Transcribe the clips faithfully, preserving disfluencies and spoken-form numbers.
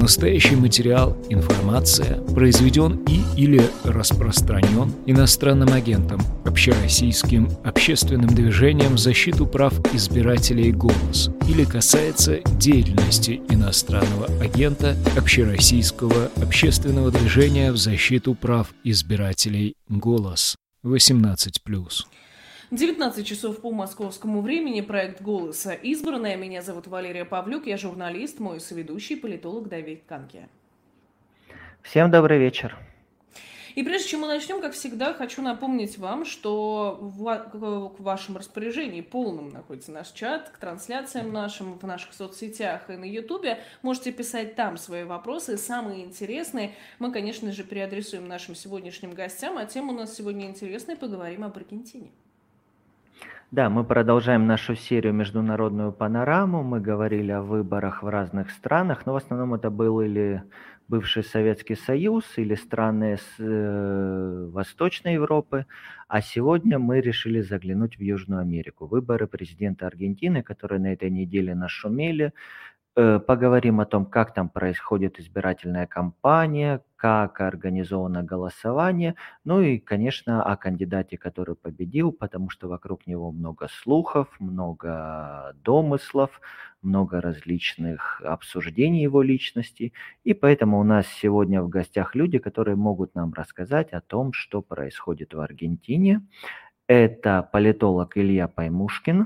Настоящий материал, информация произведен и или распространен иностранным агентом, общероссийским общественным движением в защиту прав избирателей «Голос» или касается деятельности иностранного агента общероссийского общественного движения в защиту прав избирателей «Голос». восемнадцать плюс. девятнадцать часов по московскому времени. Проект «Голоса. Избранная». Меня зовут Валерия Павлюк. Я журналист, мой соведущий, политолог Давид Канке. Всем добрый вечер. И прежде чем мы начнем, как всегда, хочу напомнить вам, что в вашем распоряжении полном находится наш чат, к трансляциям нашим в наших соцсетях и на Ютубе. Можете писать там свои вопросы, самые интересные. Мы, конечно же, переадресуем нашим сегодняшним гостям, а тема у нас сегодня интересная, поговорим об Аргентине. Да, мы продолжаем нашу серию «Международную панораму». Мы говорили о выборах в разных странах, но в основном это был или бывший Советский Союз, или страны с, э, Восточной Европы. А сегодня мы решили заглянуть в Южную Америку. Выборы президента Аргентины, которые на этой неделе нашумели. Э, поговорим о том, как там происходит избирательная кампания, как организовано голосование, ну и, конечно, о кандидате, который победил, потому что вокруг него много слухов, много домыслов, много различных обсуждений его личности, и поэтому у нас сегодня в гостях люди, которые могут нам рассказать о том, что происходит в Аргентине. Это политолог Илья Паймушкин.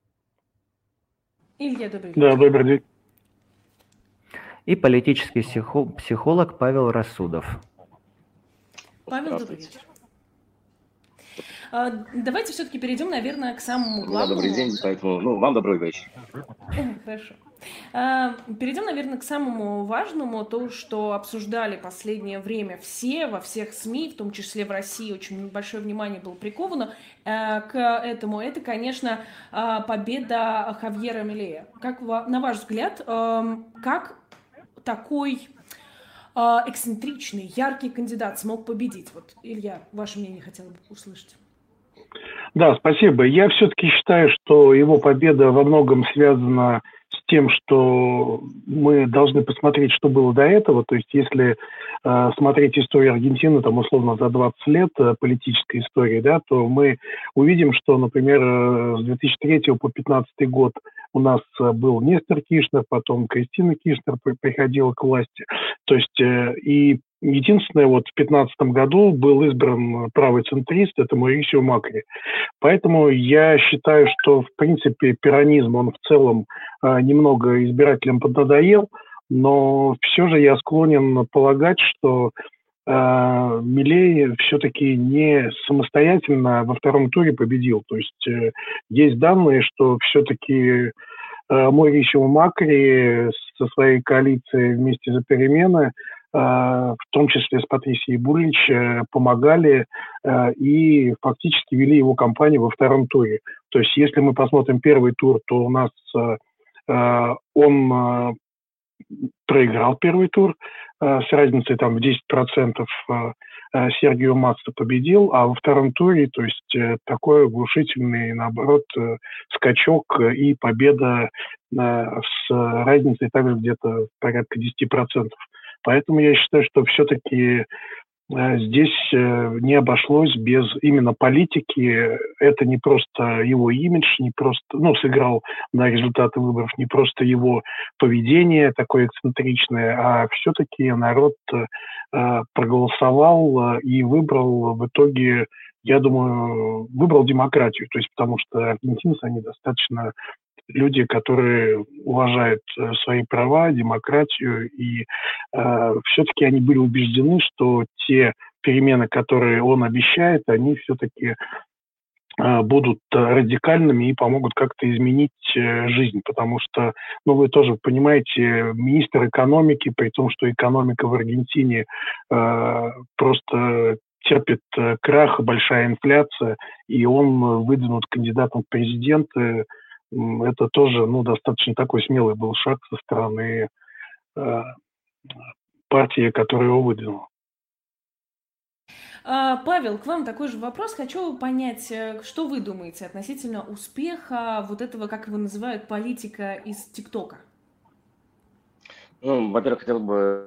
Илья, добрый вечер. Да, добрый день. И политический психолог Павел Рассудов. Павел, добрый вечер. Давайте все-таки перейдем, наверное, к самому главному. Да, добрый день, поэтому, ну, вам добрый вечер. Хорошо. Перейдем, наверное, к самому важному, то, что обсуждали последнее время все, во всех СМИ, в том числе в России, очень большое внимание было приковано к этому. Это, конечно, победа Хавьера Милея. Как, на ваш взгляд, как такой э, эксцентричный, яркий кандидат смог победить? Вот, Илья, ваше мнение хотела бы услышать. Да, спасибо. Я все-таки считаю, что его победа во многом связана с тем, что мы должны посмотреть, что было до этого. То есть, если э, смотреть историю Аргентины, там, условно, за двадцать лет э, политической истории, да, то мы увидим, что, например, э, с две тысячи третьего по две тысячи пятнадцатый год у нас был Нестор Киршнер, потом Кристина Киршнер приходила к власти. То есть, э, и единственное, вот в две тысячи пятнадцатом году был избран правый центрист, это Маурисио Макри. Поэтому я считаю, что, в принципе, пиранизм, он в целом э, немного избирателям поднадоел, но все же я склонен полагать, что э, Милей все-таки не самостоятельно во втором туре победил. То есть э, есть данные, что все-таки э, Маурисио Макри со своей коалицией «Вместе за перемены», в том числе с Патрисией Буллич, помогали и фактически вели его кампанию во втором туре. То есть если мы посмотрим первый тур, то у нас он проиграл первый тур с разницей там в десять процентов. Сергио Масса победил, а во втором туре, то есть такой оглушительный, наоборот, скачок и победа с разницей также где-то порядка десять процентов. Поэтому я считаю, что все-таки здесь не обошлось без именно политики. Это не просто его имидж, не просто, ну, сыграл на результаты выборов, не просто его поведение такое эксцентричное, а все-таки народ проголосовал и выбрал в итоге, я думаю, выбрал демократию. То есть потому что аргентинцы, они достаточно люди, которые уважают свои права, демократию, и э, все-таки они были убеждены, что те перемены, которые он обещает, они все-таки э, будут радикальными и помогут как-то изменить э, жизнь, потому что, ну, вы тоже понимаете, министр экономики, при том, что экономика в Аргентине э, просто терпит э, крах, большая инфляция, и он выдвинут кандидатом в президенты. Это тоже, ну, достаточно такой смелый был шаг со стороны э, партии, которая его выдвинула. Павел, к вам такой же вопрос. Хочу понять, что вы думаете относительно успеха вот этого, как его называют, политика из ТикТока? Ну, во-первых, хотел бы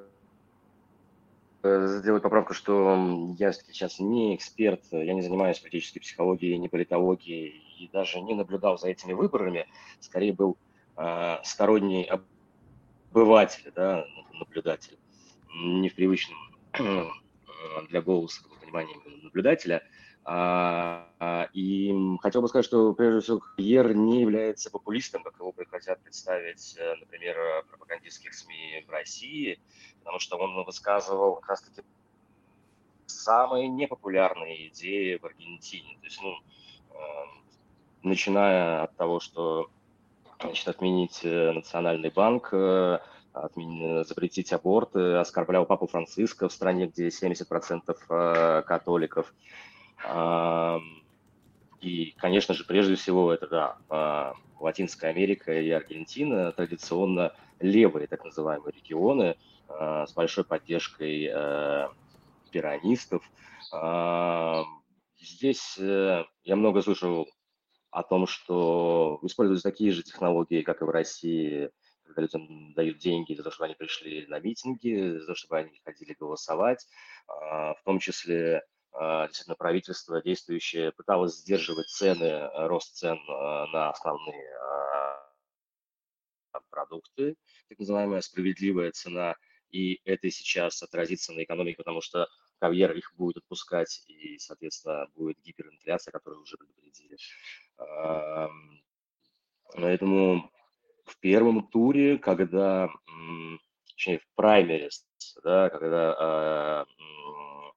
э, сделать поправку, что м, я сейчас не эксперт, я не занимаюсь политической психологией, не политологией и даже не наблюдал за этими выборами. Скорее был э, сторонний обыватель, да, наблюдатель, м, не в привычном э, для голоса понимании наблюдателя. А, а, И м, хотел бы сказать, что прежде всего Кьер не является популистом, как его хотят представить, э, например, э, пропагандистских СМИ в России, потому что он высказывал как раз-таки самые непопулярные идеи в Аргентине. То есть, ну, э, начиная от того, что значит, отменить э, Национальный банк, э, отмен- запретить аборты, оскорблял Папу Франциска в стране, где семьдесят процентов э, католиков. Ам, И, конечно же, прежде всего, это, да, а, Латинская Америка и Аргентина, традиционно левые так называемые регионы, а, с большой поддержкой э, пиранистов. Ам, Здесь э, я много слышал о том, что используются такие же технологии, как и в России, когда людям дают деньги за то, чтобы они пришли на митинги, за то, чтобы они ходили голосовать. А, В том числе, а, действительно, правительство действующее пыталось сдерживать цены, э, рост цен а, на основные а, продукты, так называемая справедливая цена, и это сейчас отразится на экономике, потому что Кавьер их будет отпускать, и, соответственно, будет гиперинфляция, которую уже предупредили. Ам, Поэтому в первом туре, когда, м, точнее, в праймерис, да, когда а, м,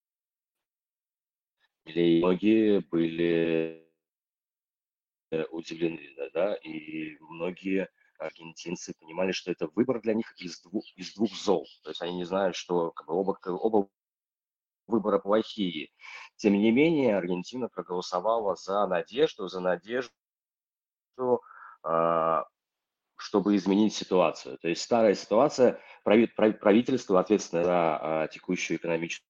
или многие были э, удивлены, да, да, и многие аргентинцы понимали, что это выбор для них из двух, из двух зол. То есть они не знают, что как бы, оба, оба выбора плохие. Тем не менее, Аргентина проголосовала за надежду, за надежду, а, чтобы изменить ситуацию. То есть старая ситуация, прави- прави- правительство ответственное за а, текущую экономическую.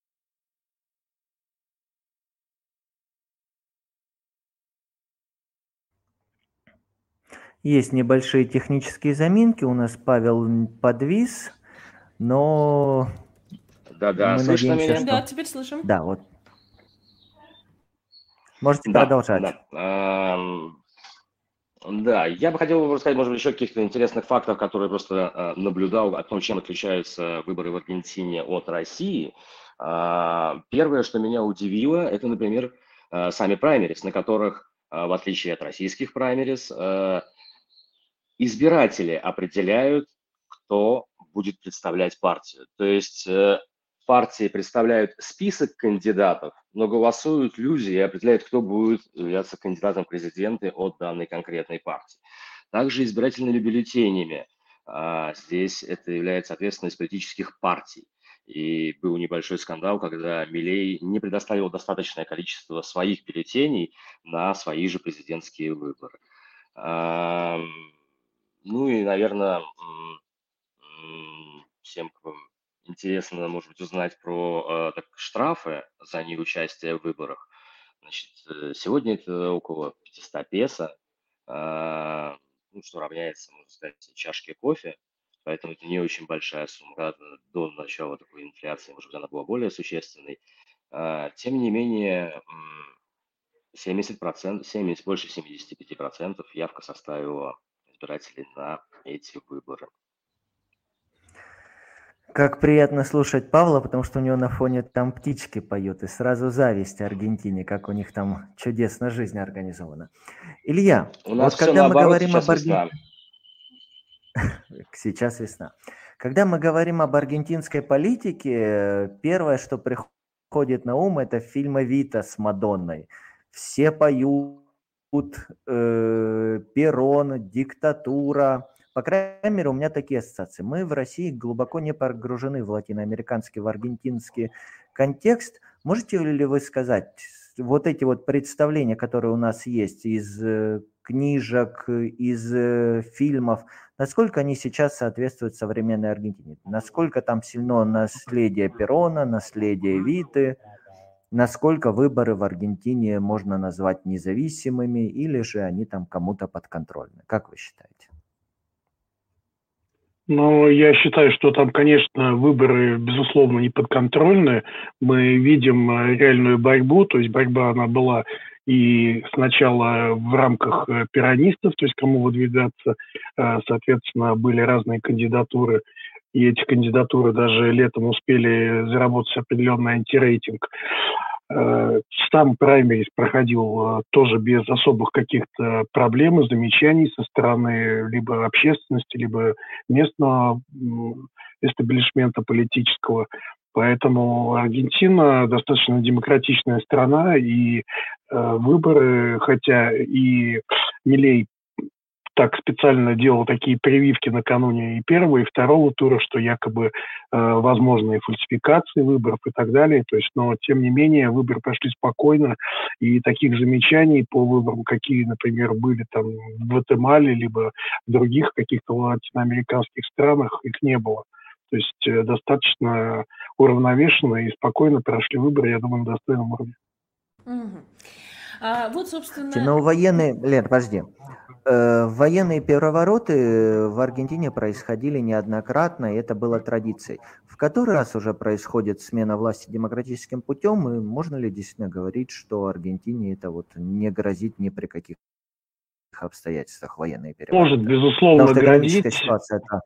Есть небольшие технические заминки, у нас Павел м, подвис, но Да-да, мы слышно надеемся, меня? Да, что... теперь слышим. Да, вот. Можете Да, продолжать. да. Ам, Да, я бы хотел рассказать, может быть, еще каких-то интересных фактов, которые просто а, наблюдал о том, чем отличаются выборы в Аргентине от России. А, Первое, что меня удивило, это, например, а, сами праймерис, на которых, а, в отличие от российских праймерис, а, избиратели определяют, кто будет представлять партию. То есть э, партии представляют список кандидатов, но голосуют люди и определяют, кто будет являться кандидатом в президенты от данной конкретной партии. Также избирательными бюллетенями. А, Здесь это является ответственность политических партий. И был небольшой скандал, когда Милей не предоставил достаточное количество своих бюллетеней на свои же президентские выборы. Ам, Ну и, наверное, всем как бы интересно, может быть, узнать про э, так, штрафы за неучастие в выборах. Значит, э, сегодня это около пятьсот песо, а, ну, что равняется, можно сказать, чашке кофе. Поэтому это не очень большая сумма. Да, до начала такой инфляции, может быть, она была более существенной. А, Тем не менее, м, семьдесят процентов, семьдесят, больше семидесяти пяти процентов явка составила избирателей на эти выборы. Как приятно слушать Павла, потому что у него на фоне там птички поют, и сразу зависть Аргентине, как у них там чудесно жизнь организована. Илья, У вот нас все когда мы наоборот, говорим сейчас об Аргентине... весна. Сейчас весна. Когда мы говорим об аргентинской политике, первое, что приходит на ум, это фильм «Эвита» с Мадонной. Все поют, э, Перрон, диктатура. По крайней мере, у меня такие ассоциации. Мы в России глубоко не погружены в латиноамериканский, в аргентинский контекст. Можете ли вы сказать, вот эти вот представления, которые у нас есть из э, книжек, из э, фильмов, насколько они сейчас соответствуют современной Аргентине? Насколько там сильно наследие Перрона, наследие Виты? Насколько выборы в Аргентине можно назвать независимыми, или же они там кому-то подконтрольны? Как вы считаете? Но я считаю, что там, конечно, выборы, безусловно, не подконтрольны. Мы видим э, реальную борьбу, то есть борьба, она была и сначала в рамках э, пиранистов, то есть кому выдвигаться, э, соответственно, были разные кандидатуры, и эти кандидатуры даже летом успели заработать определенный антирейтинг. Э, Сам праймерис проходил э, тоже без особых каких-то проблем и замечаний со стороны либо общественности, либо местного м, эстаблишмента политического. Поэтому Аргентина достаточно демократичная страна, и э, выборы, хотя и Милей так специально делал такие прививки накануне и первого, и второго тура, что якобы э, возможны фальсификации выборов и так далее. То есть, но тем не менее выборы прошли спокойно, и таких замечаний по выборам, какие, например, были там в Гватемале, либо в других каких-то латиноамериканских странах, их не было. То есть э, достаточно уравновешенно и спокойно прошли выборы, я думаю, на достойном уровне. Мгм. А, вот, Слушайте, собственно, но военные, Лен, подожди. Э, Военные перевороты в Аргентине происходили неоднократно, и это было традицией. В который раз уже происходит смена власти демократическим путем, и можно ли действительно говорить, что Аргентине это вот не грозит ни при каких обстоятельствах военные Может, перевороты? безусловно, Потому что экономическая грозить. ситуация это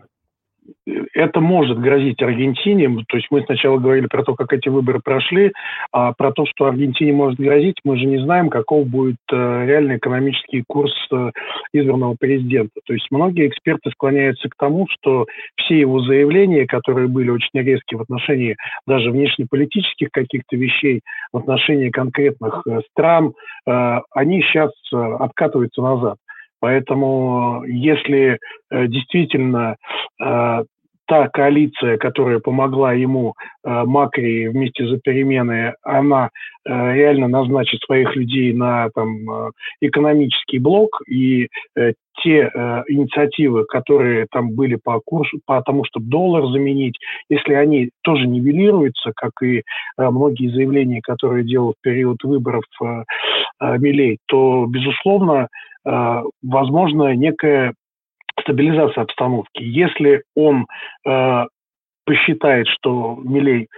Это может грозить Аргентине. То есть мы сначала говорили про то, как эти выборы прошли, а про то, что Аргентине может грозить, мы же не знаем, каков будет э, реальный экономический курс э, избранного президента. То есть многие эксперты склоняются к тому, что все его заявления, которые были очень резкие в отношении даже внешнеполитических каких-то вещей, в отношении конкретных э, стран, э, они сейчас э, откатываются назад. Поэтому если э, действительно э, та коалиция, которая помогла ему, э, Макри, вместе за перемены, она э, реально назначит своих людей на там, э, экономический блок, и э, те э, инициативы, которые там были по курсу, по тому, чтобы доллар заменить, если они тоже нивелируются, как и э, многие заявления, которые делал в период выборов э, э, Милей, то, безусловно, э, возможно некая стабилизация обстановки. Если он э, посчитает, что Милей,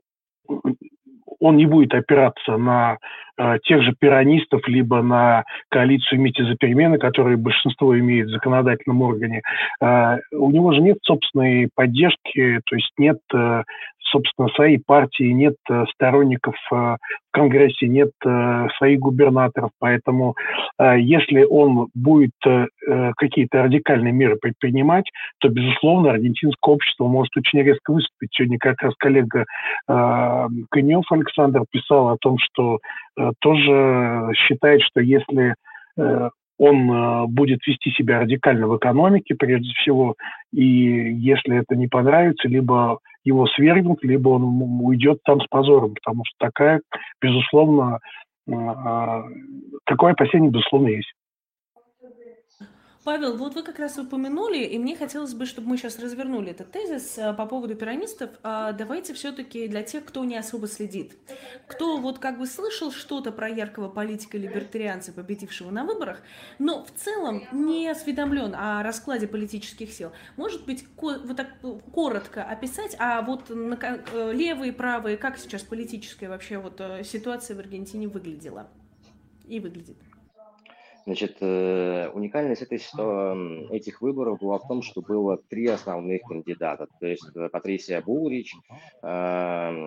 он не будет опираться на э, тех же пиранистов, либо на коалицию «Вместе за перемены», которые большинство имеет в законодательном органе, э, у него же нет собственной поддержки, то есть нет, э, собственно, своей партии, нет э, сторонников э, в Конгрессе, нет э, своих губернаторов. Поэтому э, если он будет э, какие-то радикальные меры предпринимать, то, безусловно, аргентинское общество может очень резко выступить. Сегодня как раз коллега э, Конев Александр писал о том, что э, тоже считает, что если э, он э, будет вести себя радикально в экономике, прежде всего, и если это не понравится, либо его свергнут, либо он уйдет там с позором, потому что такая, безусловно, э, э, такое опасение, безусловно, есть. Павел, вот вы как раз упомянули, и мне хотелось бы, чтобы мы сейчас развернули этот тезис э, по поводу пиранистов. А давайте все-таки для тех, кто не особо следит, кто вот как бы слышал что-то про яркого политика-либертарианца, победившего на выборах, но в целом не осведомлен о раскладе политических сил. Может быть, ко- вот так э, коротко описать, а вот на ко- э, левые, правые, как сейчас политическая вообще вот э, ситуация в Аргентине выглядела и выглядит? Значит, э, уникальность этой, сито- м, этих выборов была в том, что было три основных кандидата. То есть э, Патрисия Булрич, эм,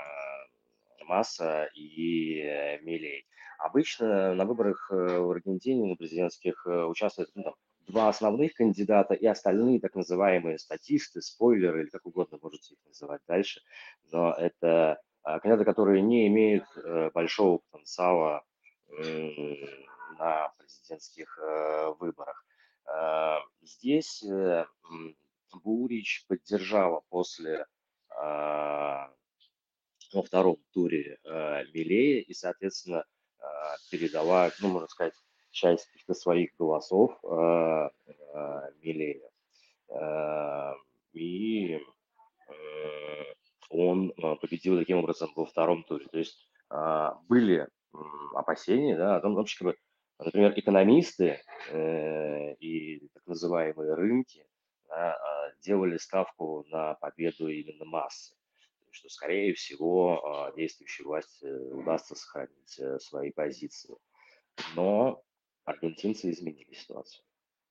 Масса и э, Милей. Обычно на выборах э, в Аргентине, на президентских, э, участвуют ну, там, два основных кандидата и остальные так называемые статисты, спойлеры или как угодно можете их называть дальше. Но это э, кандидаты, которые не имеют э, большого потенциала м, на президентских э, выборах. Э, Здесь э, м, Бурич поддержала после э, во втором туре э, Милея и, соответственно, э, передала, ну, можно сказать, часть каких-то своих голосов э, э, Милея. Э, и э, он э, победил таким образом во втором туре. То есть э, были м, опасения, да, о том, том, что, как бы, например, экономисты э, и так называемые рынки да, делали ставку на победу именно массы, что, скорее всего, действующей власти удастся сохранить свои позиции. Но аргентинцы изменили ситуацию.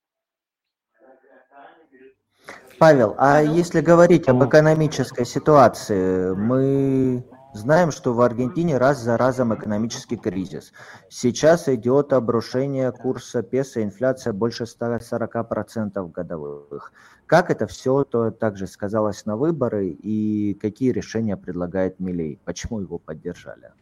Павел, а Павел? если говорить об экономической ситуации, мы знаем, что в Аргентине раз за разом экономический кризис. Сейчас идет обрушение курса песо, инфляция больше ста сорока процентов годовых. Как это все то также сказалось на выборы и какие решения предлагает Милей? Почему его поддержали?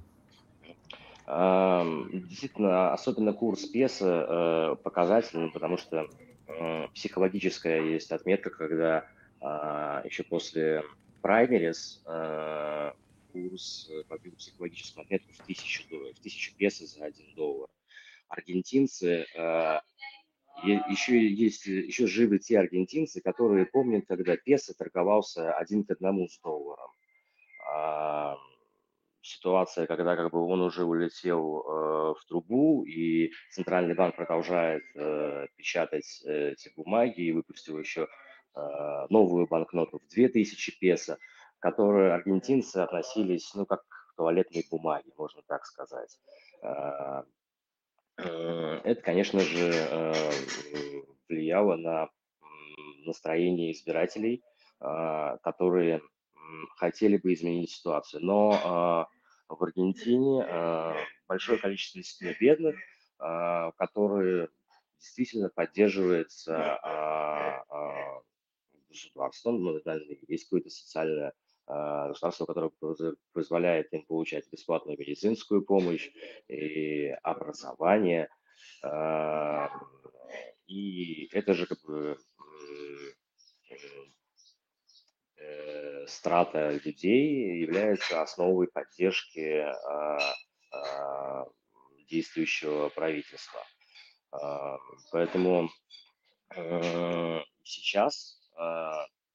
Действительно, особенно курс песо показательный, потому что психологическая есть отметка, когда еще после праймерис курс побил психологическую отметку в тысячу, в тысячу песо за один доллар. Аргентинцы, еще есть, еще живы те аргентинцы, которые помнят, когда песо торговался один к одному с долларом. Ситуация, когда как бы он уже улетел э, в трубу, и Центральный банк продолжает э, печатать э, эти бумаги и выпустил еще э, новую банкноту в две тысячи песо, к которой аргентинцы относились, ну, как к туалетной бумаге, можно так сказать. Э, э, это, конечно же, э, влияло на настроение избирателей, э, которые хотели бы изменить ситуацию. Но э, в Аргентине э, большое количество действительно бедных, э, которые действительно поддерживаются э, э, государством. Ну, есть какое-то социальное э, государство, которое позволяет им получать бесплатную медицинскую помощь и образование. Э, и это же как бы страта людей является основой поддержки э, э, действующего правительства. Э, поэтому э, сейчас, э,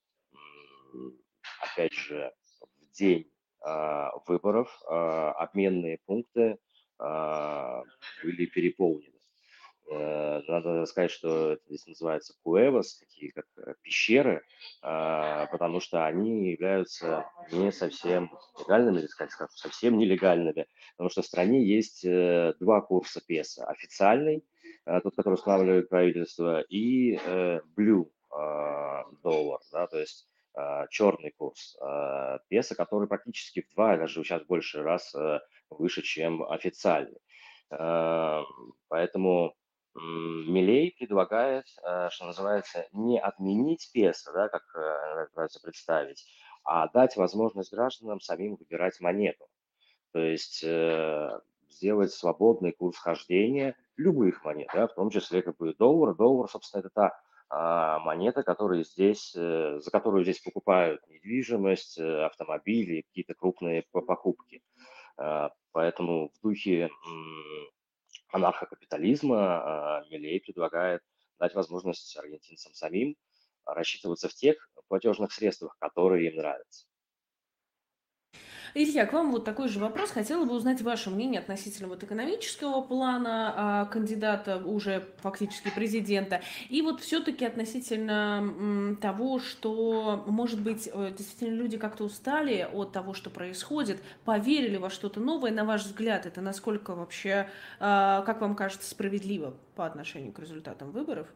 опять же, в день э, выборов э, обменные пункты э, были переполнены. Надо сказать, что это здесь называется куэвас, такие как пещеры, потому что они являются не совсем легальными, или сказать, совсем нелегальными, потому что в стране есть два курса песо. Официальный, тот, который устанавливает правительство, и blue доллар, да, то есть черный курс песо, который практически в два, даже сейчас больше раз выше, чем официальный. Поэтому Милей предлагает, что называется, не отменить песо, да, как нравится представить, а дать возможность гражданам самим выбирать монету. То есть э, сделать свободный курс хождения любых монет, да, в том числе как бы доллар. Доллар, собственно, это та а, монета, которая здесь, э, за которую здесь покупают недвижимость, э, автомобили, какие-то крупные покупки. Э, поэтому в духе анархокапитализма Милей предлагает дать возможность аргентинцам самим рассчитываться в тех платежных средствах, которые им нравятся. Илья, к вам вот такой же вопрос. Хотела бы узнать ваше мнение относительно вот экономического плана а, кандидата, уже фактически президента, и вот все-таки относительно м, того, что, может быть, действительно люди как-то устали от того, что происходит, поверили во что-то новое. На ваш взгляд, это насколько вообще, а, как вам кажется, справедливо по отношению к результатам выборов?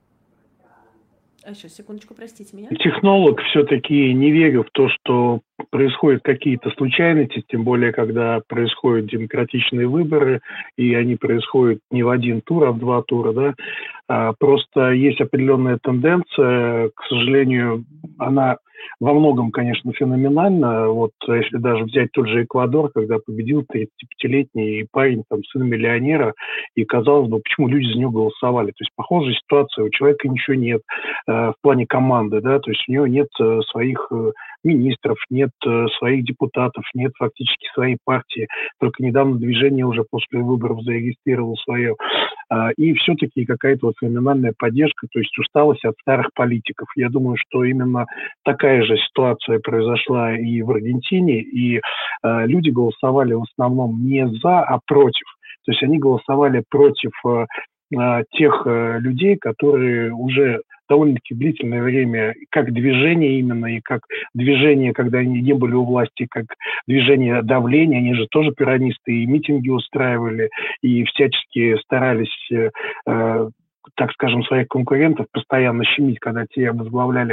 А сейчас, секундочку, простите меня. Технолог все-таки не верю в то, что происходят какие-то случайности, тем более, когда происходят демократичные выборы, и они происходят не в один тур, а в два тура, да. А, просто есть определенная тенденция, к сожалению, она во многом, конечно, феноменальна. Вот если даже взять тот же Эквадор, когда победил тридцатипятилетний парень, там, сын миллионера, и казалось бы, почему люди за него голосовали. То есть похожая ситуация, у человека ничего нет э, в плане команды, да, то есть у него нет э, своих э, министров, нет э, своих депутатов, нет фактически своей партии. Только недавно движение уже после выборов зарегистрировало свое. Э, и все-таки какая-то вот феноменальная поддержка, то есть усталость от старых политиков. Я думаю, что именно такая же ситуация произошла и в Аргентине, и э, люди голосовали в основном не за, а против. То есть они голосовали против э, тех э, людей, которые уже довольно-таки длительное время как движение именно, и как движение, когда они не были у власти, как движение давления. Они же тоже пиранисты, и митинги устраивали, и всячески старались, э, э, так скажем, своих конкурентов постоянно щемить, когда те возглавляли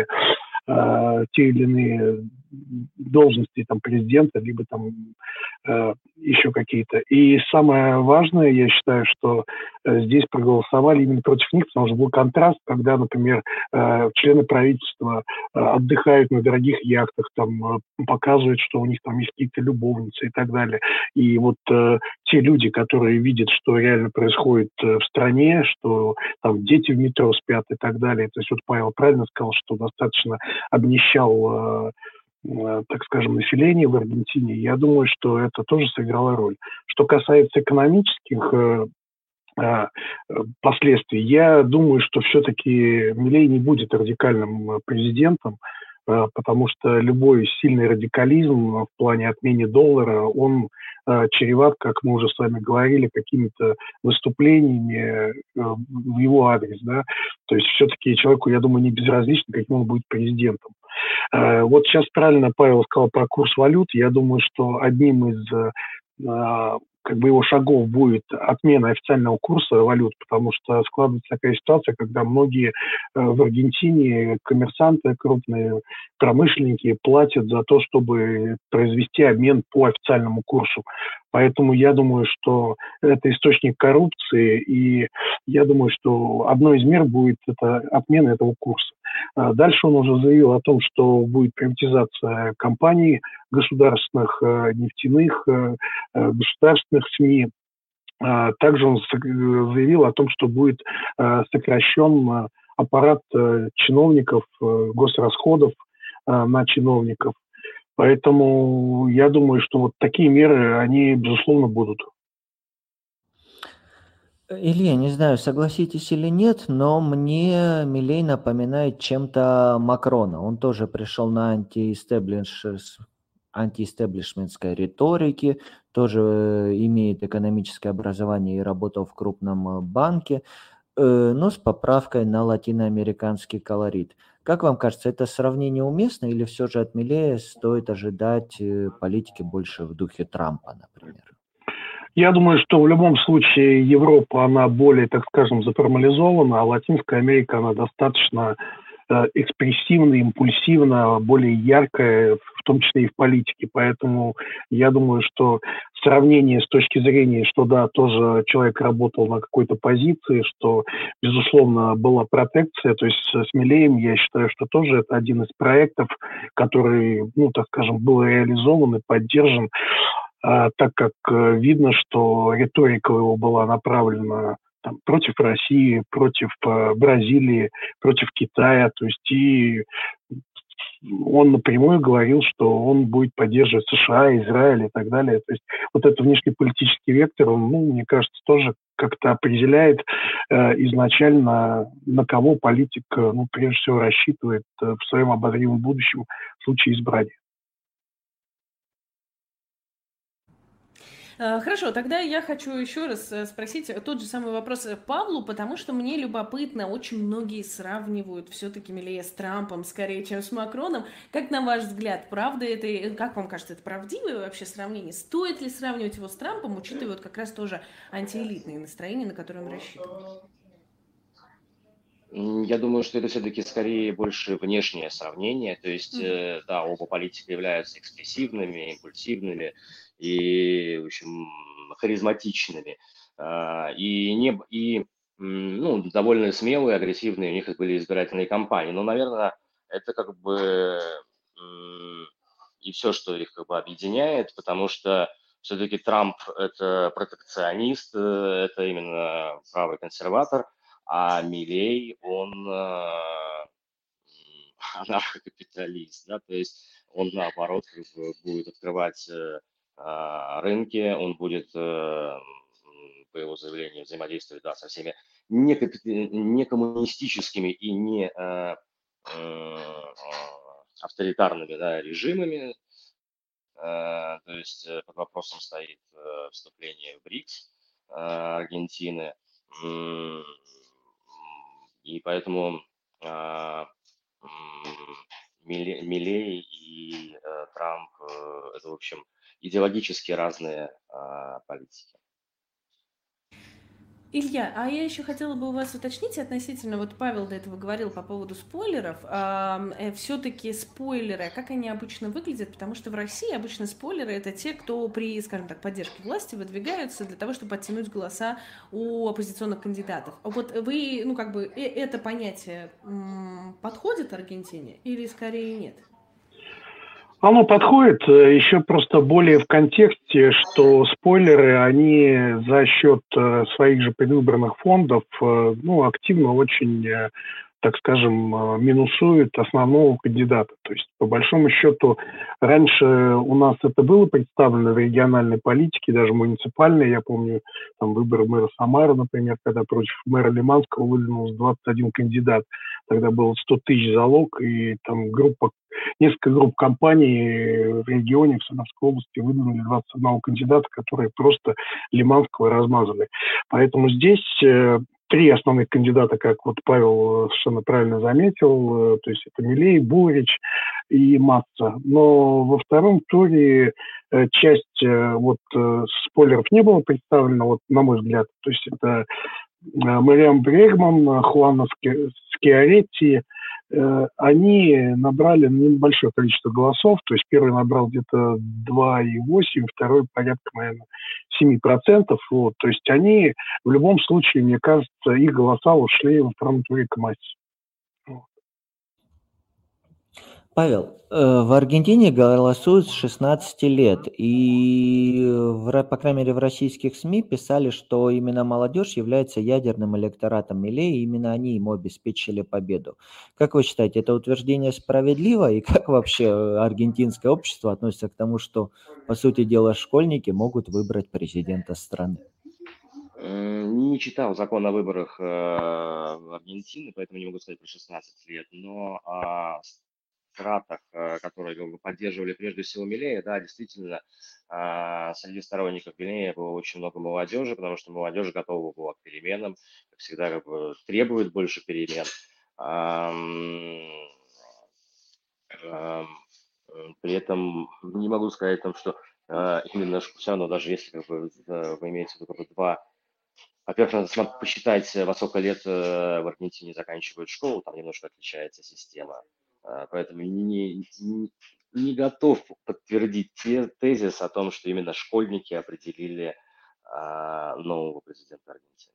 э, те или иные должности там, президента, либо там э, еще какие-то. И самое важное, я считаю, что э, здесь проголосовали именно против них, потому что был контраст, когда, например, э, члены правительства э, отдыхают на дорогих яхтах, там э, показывают, что у них там есть какие-то любовницы и так далее. И вот э, те люди, которые видят, что реально происходит э, в стране, что там дети в метро спят и так далее. То есть вот Павел правильно сказал, что достаточно обнищал, э, э, так скажем, население в Аргентине. Я думаю, что это тоже сыграло роль. Что касается экономических э, э, последствий, я думаю, что все-таки Милей не будет радикальным президентом, э, потому что любой сильный радикализм в плане отмены доллара, он э, чреват, как мы уже с вами говорили, какими-то выступлениями э, в его адрес. Да? То есть все-таки человеку, я думаю, не безразлично, каким он будет президентом. Э, вот сейчас правильно Павел сказал про курс валют. Я думаю, что одним из э, как бы его шагов будет отмена официального курса валют, потому что складывается такая ситуация, когда многие э, в Аргентине коммерсанты, крупные промышленники платят за то, чтобы произвести обмен по официальному курсу. Поэтому я думаю, что это источник коррупции, и я думаю, что одной из мер будет это отмена этого курса. Дальше он уже заявил о том, что будет приватизация компаний государственных, нефтяных, государственных СМИ. Также он заявил о том, что будет сокращен аппарат чиновников, госрасходов на чиновников. Поэтому я думаю, что вот такие меры, они, безусловно, будут. Илья, не знаю, согласитесь или нет, но мне Милей напоминает чем-то Макрона. Он тоже пришел на антиэстеблиш... антиэстеблишментской риторике, тоже имеет экономическое образование и работал в крупном банке, но с поправкой на латиноамериканский колорит. Как вам кажется, это сравнение уместно или все же от Милея стоит ожидать политики больше в духе Трампа, например? Я думаю, что в любом случае Европа, она более, так скажем, заформализована, а Латинская Америка, она достаточно э, экспрессивна, импульсивна, более яркая, в том числе и в политике. Поэтому я думаю, что сравнение с точки зрения, что да, тоже человек работал на какой-то позиции, что, безусловно, была протекция, то есть с Милеем, я считаю, что тоже это один из проектов, который, ну, так скажем, был реализован и поддержан, так как видно, что риторика его была направлена там, против России, против Бразилии, против Китая. То есть и он напрямую говорил, что он будет поддерживать США, Израиль и так далее. То есть вот этот внешнеполитический вектор, он, ну, мне кажется, тоже как-то определяет э, изначально, на кого политик, ну, прежде всего, рассчитывает э, в своем обозримом будущем в случае избрания. Хорошо, тогда я хочу еще раз спросить тот же самый вопрос Павлу, потому что мне любопытно, очень многие сравнивают все-таки Милея с Трампом, скорее, чем с Макроном. Как на ваш взгляд, правда это, как вам кажется, это правдивое вообще сравнение? Стоит ли сравнивать его с Трампом, учитывая вот как раз тоже антиэлитные настроения, на которые он рассчитывает? Я думаю, что это все-таки скорее больше внешнее сравнение. То есть, mm-hmm. да, оба политика являются экспрессивными, импульсивными и, в общем, харизматичными. И, не, и ну, довольно смелые, агрессивные у них были избирательные кампании. Но, наверное, это как бы и все, что их как бы объединяет, потому что все-таки Трамп – это протекционист, это именно правый консерватор, а Милей, он э, анархокапиталист, да, то есть он, наоборот, как бы будет открывать э, рынки, он будет, э, по его заявлению, взаимодействовать, да, со всеми не, не коммунистическими и не э, э, авторитарными, да, режимами, э, то есть под вопросом стоит э, вступление в БРИКС э, Аргентины. И поэтому Миллей и Трамп – это, в общем, идеологически разные политики. Илья, а я еще хотела бы у вас уточнить относительно, вот Павел до этого говорил по поводу спойлеров, э, все-таки спойлеры, как они обычно выглядят, потому что в России обычно спойлеры это те, кто при, скажем так, поддержке власти выдвигаются для того, чтобы оттянуть голоса у оппозиционных кандидатов. Вот вы, ну как бы, э, это понятие м, подходит Аргентине или скорее нет? Оно подходит еще просто более в контексте, что спойлеры, они за счет своих же предвыборных фондов, ну, активно очень, так скажем, минусуют основного кандидата. То есть, по большому счету, раньше у нас это было представлено в региональной политике, даже муниципальной. Я помню, там выборы мэра Самары, например, когда против мэра Лиманского выдвинулся двадцать один кандидат. Тогда было сто тысяч залог, и там группа, несколько групп компаний в регионе, в Самарской области выдвинули двадцать один кандидата, которые просто Лиманского размазали. Поэтому здесь три основных кандидата, как вот Павел совершенно правильно заметил, то есть это Миллей, Бурич и Масса. Но во втором туре часть вот спойлеров не было представлено, вот на мой взгляд. То есть это Мэриам Брегман, Хуана Скиаретти, они набрали небольшое количество голосов, то есть первый набрал где-то два и восемь, второй порядка, наверное, семь процентов. Вот. То есть они в любом случае, мне кажется, их голоса ушли во втором туре к массе. Вот. Павел, в Аргентине голосуют с шестнадцати лет, и, по крайней мере, в российских СМИ писали, что именно молодежь является ядерным электоратом Миллея, и именно они ему обеспечили победу. Как вы считаете, это утверждение справедливо, и как вообще аргентинское общество относится к тому, что, по сути дела, школьники могут выбрать президента страны? Не читал закон о выборах Аргентины, поэтому не могу сказать про шестнадцать лет, но стратах, которые как бы поддерживали прежде всего Миллея, да, действительно, среди сторонников Миллея было очень много молодежи, потому что молодежь готова была к переменам, как всегда, как бы требует больше перемен. При этом не могу сказать, там, что именно все равно, даже если как бы, вы имеете в виду как бы, два. Во-первых, надо посчитать, во сколько лет в Аргентине заканчивают школу, там немножко отличается система. Поэтому не, не, не готов подтвердить те, тезис о том, что именно школьники определили а, нового президента Аргентины.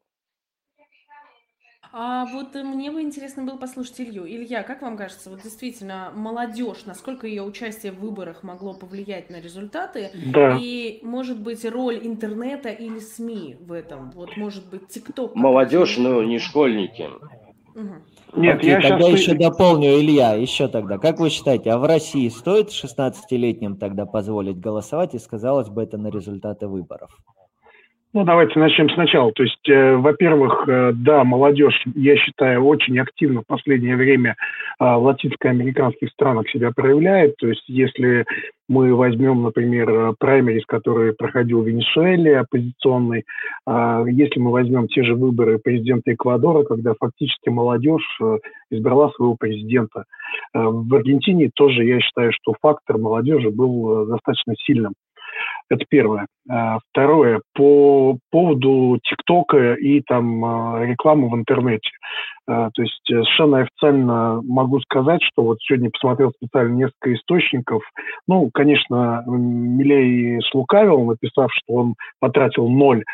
А вот мне бы интересно было послушать Илью. Илья, как вам кажется, вот действительно молодежь, насколько ее участие в выборах могло повлиять на результаты? Да. И, может быть, роль интернета или СМИ в этом? Вот, может быть, ТикТок? Молодежь, но не школьники. Угу. Нет, Окей, я тогда сейчас... еще дополню, Илья, еще тогда. Как вы считаете, а в России стоит шестнадцатилетним тогда позволить голосовать, и сказалось бы это на результаты выборов? Ну, давайте начнем сначала. То есть, э, во-первых, э, да, молодежь, я считаю, очень активно в последнее время э, в латинско-американских странах себя проявляет. То есть, если мы возьмем, например, праймерис, который проходил в Венесуэле, оппозиционный, э, если мы возьмем те же выборы президента Эквадора, когда фактически молодежь э, избрала своего президента. Э, в Аргентине тоже, я считаю, что фактор молодежи был э, достаточно сильным. Это первое. Второе, по поводу ТикТока и там рекламы в интернете. То есть совершенно официально могу сказать, что вот сегодня посмотрел специально несколько источников. Ну, конечно, Миллей слукавил, написав, что он потратил ноль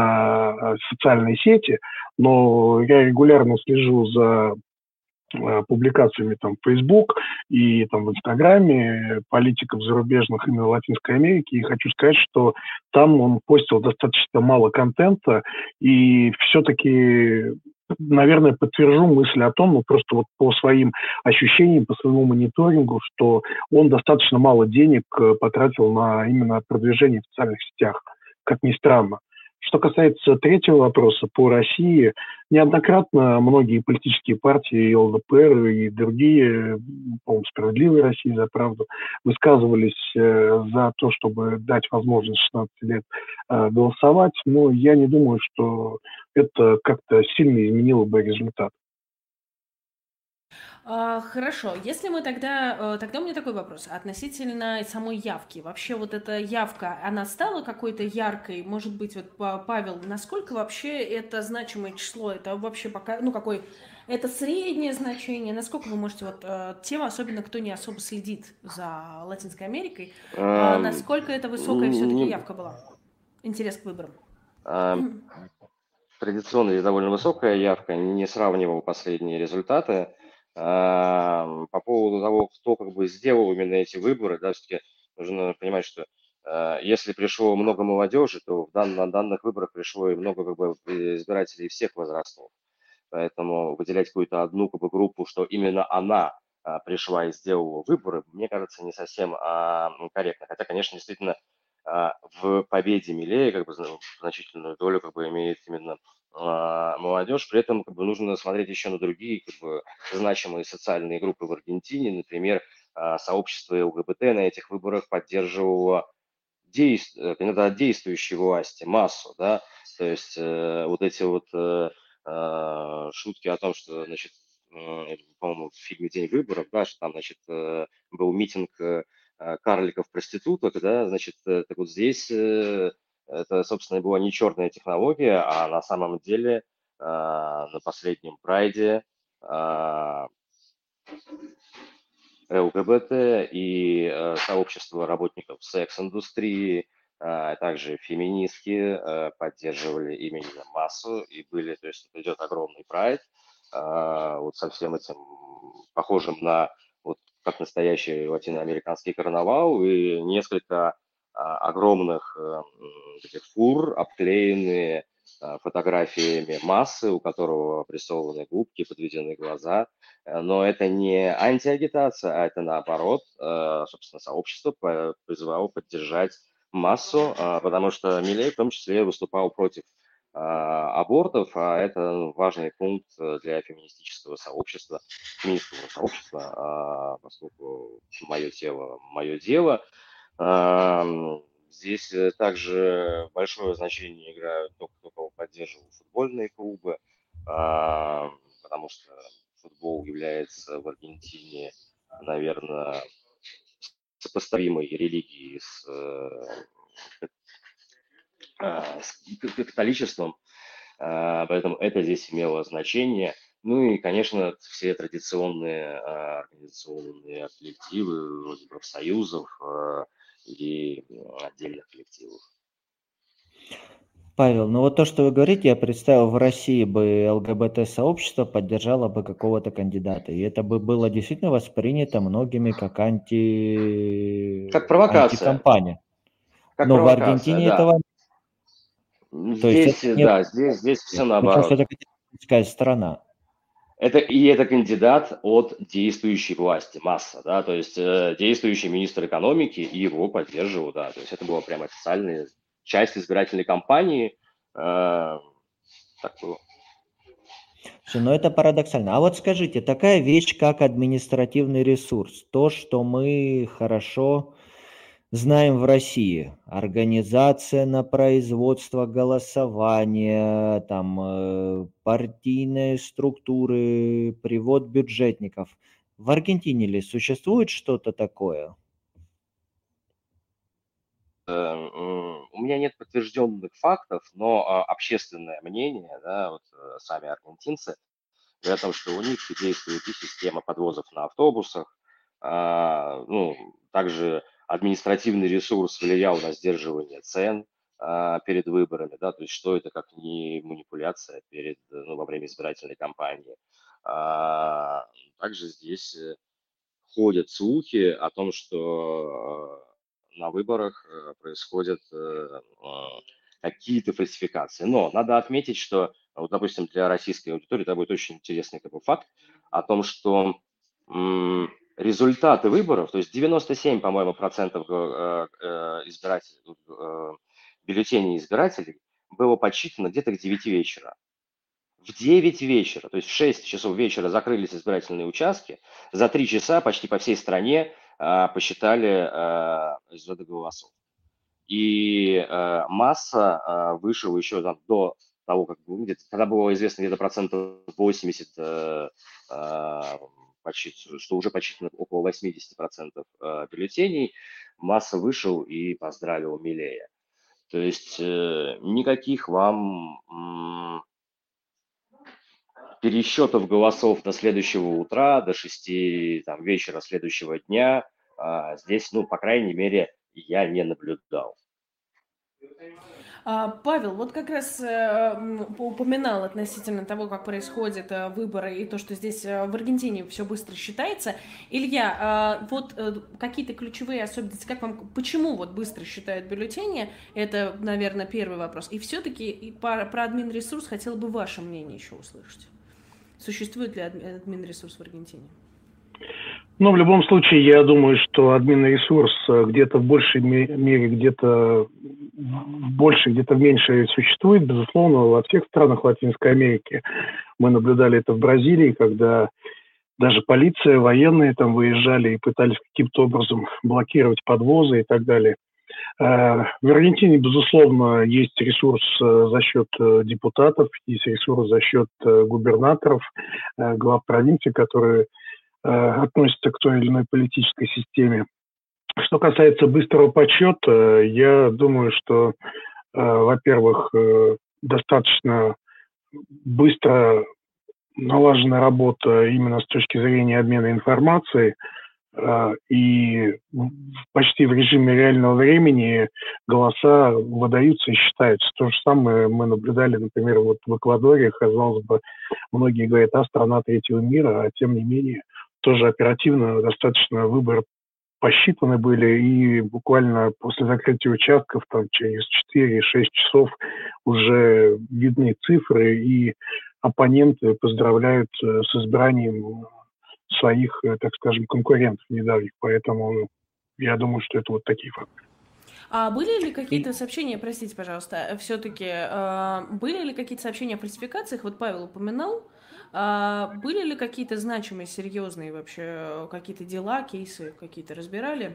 на социальные сети, но я регулярно слежу за публикациями там в Facebook и там в Инстаграме политиков зарубежных именно Латинской Америки, и хочу сказать, что там он постил достаточно мало контента, и все-таки, наверное, подтвержу мысль о том, ну просто вот по своим ощущениям, по своему мониторингу, что он достаточно мало денег потратил на именно продвижение в социальных сетях, как ни странно. Что касается третьего вопроса по России, неоднократно многие политические партии, ЛДПР и другие, по-моему, «Справедливая Россия за правду», высказывались э, за то, чтобы дать возможность шестнадцати лет э, голосовать, но я не думаю, что это как-то сильно изменило бы результат. А, хорошо, если мы тогда, э, тогда у меня такой вопрос относительно самой явки. Вообще вот эта явка, она стала какой-то яркой? Может быть, вот, Па- Павел, насколько вообще это значимое число? Это вообще пока, ну какой, это среднее значение? Насколько вы можете, вот э, тем, особенно кто не особо следит за Латинской Америкой, а, Эм, насколько это высокая все-таки не- явка была? Интерес к выборам. эм, Традиционно здесь довольно высокая явка, не сравнивал последние результаты. Ам, По поводу того, кто как бы сделал именно эти выборы, да, все-таки нужно понимать, что э, если пришло много молодежи, то в дан- на данных выборах пришло и много как бы избирателей всех возрастов. Поэтому выделять какую-то одну как бы, группу, что именно она а, пришла и сделала выборы, мне кажется, не совсем а, м, корректно. Хотя, конечно, действительно, а, в победе Милея как бы зна- значительную долю как бы имеет именно а, молодежь. При этом как бы нужно смотреть еще на другие как бы значимые социальные группы в Аргентине. Например, а, сообщество ЛГБТ на этих выборах поддерживало действ- э, кандидата действующей власти, массу, да, то есть э, вот эти вот э, э, шутки о том, что, значит, э, по-моему, в фильме «День выборов», да, что там, значит, э, был митинг э, э, карликов-проституток, да, значит, э, так вот здесь э, это, собственно, была не черная технология, а на самом деле э, на последнем прайде э, ЛГБТ и э, сообщество работников секс-индустрии, а также феминистки э, поддерживали именно массу и были, то есть идет огромный прайд, а, вот со всем этим похожим на вот как настоящий латиноамериканский карнавал и несколько а, огромных э, м, этих фур, обклеенные а, фотографиями массы, у которого обрисованы губки, подведены глаза. Э, Но это не антиагитация, а это наоборот, э, собственно, сообщество по- призывало поддержать массу, а, потому что Милей в том числе выступал против а, абортов, а это ну, важный пункт э, для феминистического сообщества, феминистского сообщества, а, поскольку мое тело, мое дело. Ам, Здесь э, также большое значение играют то, кто кого поддерживал футбольные клубы, а, потому что футбол является в Аргентине, наверное, сопоставимой религией с, э, а, с католичеством, а, поэтому это здесь имело значение. Ну и, конечно, все традиционные а, организационные коллективы, вроде профсоюзов а, и м, отдельных коллективов. Павел, ну вот то, что вы говорите, я представил, в России бы ЛГБТ-сообщество поддержало бы какого-то кандидата, и это бы было действительно воспринято многими как анти... Как провокация, антикомпания. как Но в провокация, Аргентине да. этого... То есть это Здесь, э, не... да, здесь, здесь все Потому что наоборот. это католическая страна. Это и это кандидат от действующей власти, масса, да, то есть э, действующий министр экономики и его поддерживал, да, то есть это была прям официальная часть избирательной кампании. э, так было. Слушай, ну это парадоксально. А вот скажите, такая вещь, как административный ресурс, то, что мы хорошо знаем в России, организация на производство голосования, там э, партийные структуры, привод бюджетников. В Аргентине ли существует что-то такое? Э, м, У меня нет подтвержденных фактов, но а, общественное мнение, да, вот э, сами аргентинцы, говорят о том, что у них действует и система подвозов на автобусах, а, ну, также административный ресурс влиял на сдерживание цен а, перед выборами, да, то есть что это как не манипуляция перед, ну, во время избирательной кампании. А, Также здесь э, ходят слухи о том, что э, на выборах э, происходят э, э, какие-то фальсификации. Но надо отметить, что, вот, допустим, для российской аудитории это будет очень интересный как бы, факт о том, что м, результаты выборов, то есть девяносто семь, по-моему, процентов э, э, избирателей, э, бюллетеней избирателей было подсчитано где-то к девяти вечера. В девять вечера, то есть в шесть часов вечера закрылись избирательные участки, за три часа почти по всей стране а, посчитали а, результаты голосов. И а, масса а, вышел еще там, до того, как ну, где-то, когда было известно где-то процентов восемьдесят а, а, подсчит- что уже подсчитано около восемьдесят процентов э, бюллетеней, Масса вышел и поздравил Милея. То есть э, никаких вам м, пересчетов голосов до следующего утра, до шести там, вечера следующего дня а, здесь, ну, по крайней мере, я не наблюдал. А, Павел, вот как раз э, м, упоминал относительно того, как происходят э, выборы и то, что здесь э, в Аргентине все быстро считается. Илья, а, вот э, какие-то ключевые особенности, как вам, почему вот быстро считают бюллетени? Это, наверное, первый вопрос. И все-таки и про, про админресурс хотела бы ваше мнение еще услышать. Существует ли адми- админресурс в Аргентине? Ну, в любом случае, я думаю, что админный ресурс э, где-то в большей ме- мере, где-то в большей, где-то в меньшей существует. Безусловно, во всех странах Латинской Америки. Мы наблюдали это в Бразилии, когда даже полиция, военные там выезжали и пытались каким-то образом блокировать подвозы и так далее. Э, В Аргентине, безусловно, есть ресурс э, за счет э, депутатов, есть ресурс за счет э, губернаторов, э, глав провинций, которые э, относятся к той или иной политической системе. Что касается быстрого подсчета, я думаю, что, э, во-первых, э, достаточно быстро налажена работа именно с точки зрения обмена информацией, э, и в- почти в режиме реального времени голоса выдаются и считаются. То же самое мы наблюдали, например, вот в Эквадоре. Казалось бы, многие говорят, а страна третьего мира, а тем не менее тоже оперативно достаточно выборы посчитаны были, и буквально после закрытия участков, там, через четыре-шесть часов уже видны цифры, и оппоненты поздравляют э, с избранием своих, э, так скажем, конкурентов недавних. Поэтому ну, я думаю, что это вот такие факты. А были ли какие-то И сообщения, простите, пожалуйста, все-таки э, были ли какие-то сообщения о фальсификациях? Вот Павел упоминал. А были ли какие-то значимые, серьезные вообще э, какие-то дела, кейсы какие-то разбирали?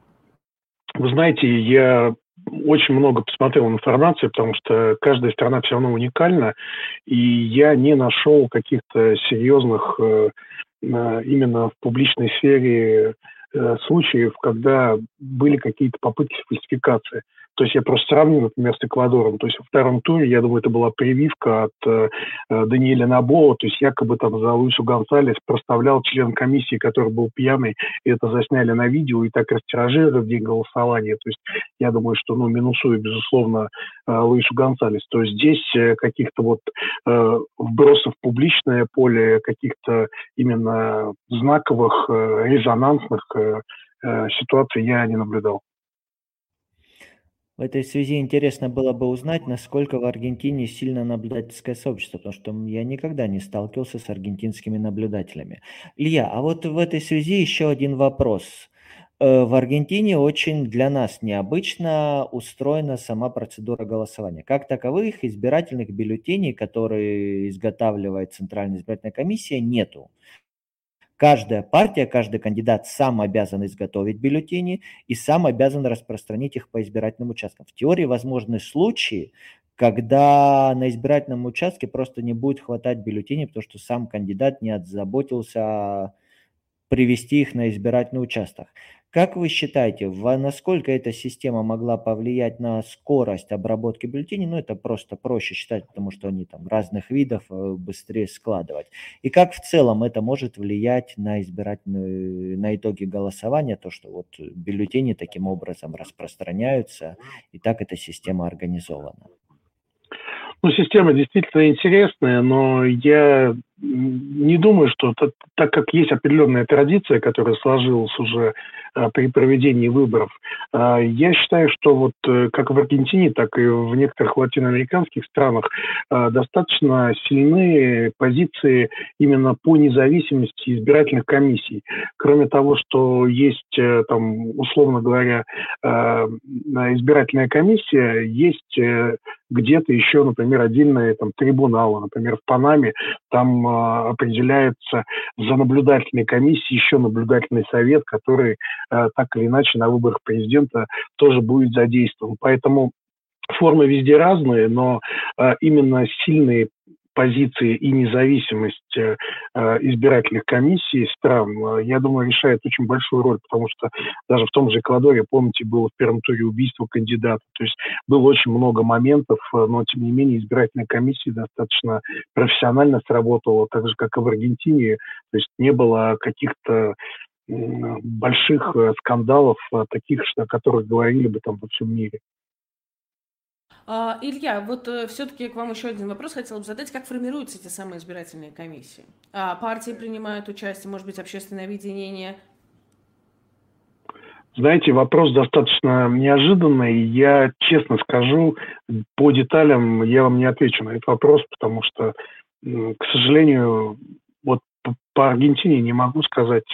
Вы знаете, я очень много посмотрел информации, потому что каждая страна все равно уникальна, и я не нашел каких-то серьезных э, э, именно в публичной сфере э, случаев, когда были какие-то попытки фальсификации. То есть я просто сравню, например, с Эквадором. То есть во втором туре, я думаю, это была прививка от э, э, Даниэля Набоа, то есть якобы там за Луису Гонсалес проставлял член комиссии, который был пьяный, и это засняли на видео и так растиражировали в день голосования. То есть я думаю, что, ну, минусую, безусловно, э, Луису Гонсалес. То есть здесь э, каких-то вот э, вбросов в публичное поле, каких-то именно знаковых, э, резонансных э, э, ситуаций я не наблюдал. в этой связи интересно было бы узнать, насколько в Аргентине сильно наблюдательское сообщество, потому что м, я никогда не сталкивался с аргентинскими наблюдателями. Илья, а вот в этой связи еще один вопрос. Э, В Аргентине очень для нас необычно устроена сама процедура голосования. Как таковых избирательных бюллетеней, которые изготавливает Центральная избирательная комиссия, нету. Каждая партия, каждый кандидат сам обязан изготовить бюллетени и сам обязан распространить их по избирательным участкам. В теории возможны случаи, когда на избирательном участке просто не будет хватать бюллетеней, потому что сам кандидат не озаботился привести их на избирательный участок. Как вы считаете, во- насколько эта система могла повлиять на скорость обработки бюллетеней? Ну, это просто проще считать, потому что они там разных видов э, быстрее складывать. И как в целом это может влиять на избирательную, на итоги голосования, то, что вот бюллетени таким образом распространяются, и так эта система организована? Ну, система действительно интересная, но я м, не думаю, что та- так как есть определенная традиция, которая сложилась уже а, при проведении выборов, а, я считаю, что вот э, как в Аргентине, так и в некоторых латиноамериканских странах а, достаточно сильны позиции именно по независимости избирательных комиссий. Кроме того, что есть э, там, условно говоря, а, избирательная комиссия, есть э, где-то еще, например, отдельные там трибуналы, например, в Панаме, там э, определяется за наблюдательной комиссией еще наблюдательный совет, который э, так или иначе на выборах президента тоже будет задействован. Поэтому формы везде разные, но э, именно сильные позиции и независимость э, избирательных комиссий стран, я думаю, решает очень большую роль, потому что даже в том же Эквадоре, помните, было в первом туре убийство кандидата. То есть было очень много моментов, но тем не менее избирательная комиссия достаточно профессионально сработала, так же, как и в Аргентине. То есть не было каких-то больших скандалов, таких, о которых говорили бы там во всем мире. А, Илья, вот э, все-таки к вам еще один вопрос хотела бы задать. Как формируются эти самые избирательные комиссии? А, партии принимают участие, может быть, общественное объединение? Знаете, вопрос достаточно неожиданный. Я честно скажу, по деталям я вам не отвечу на этот вопрос, потому что, к сожалению, вот по Аргентине не могу сказать.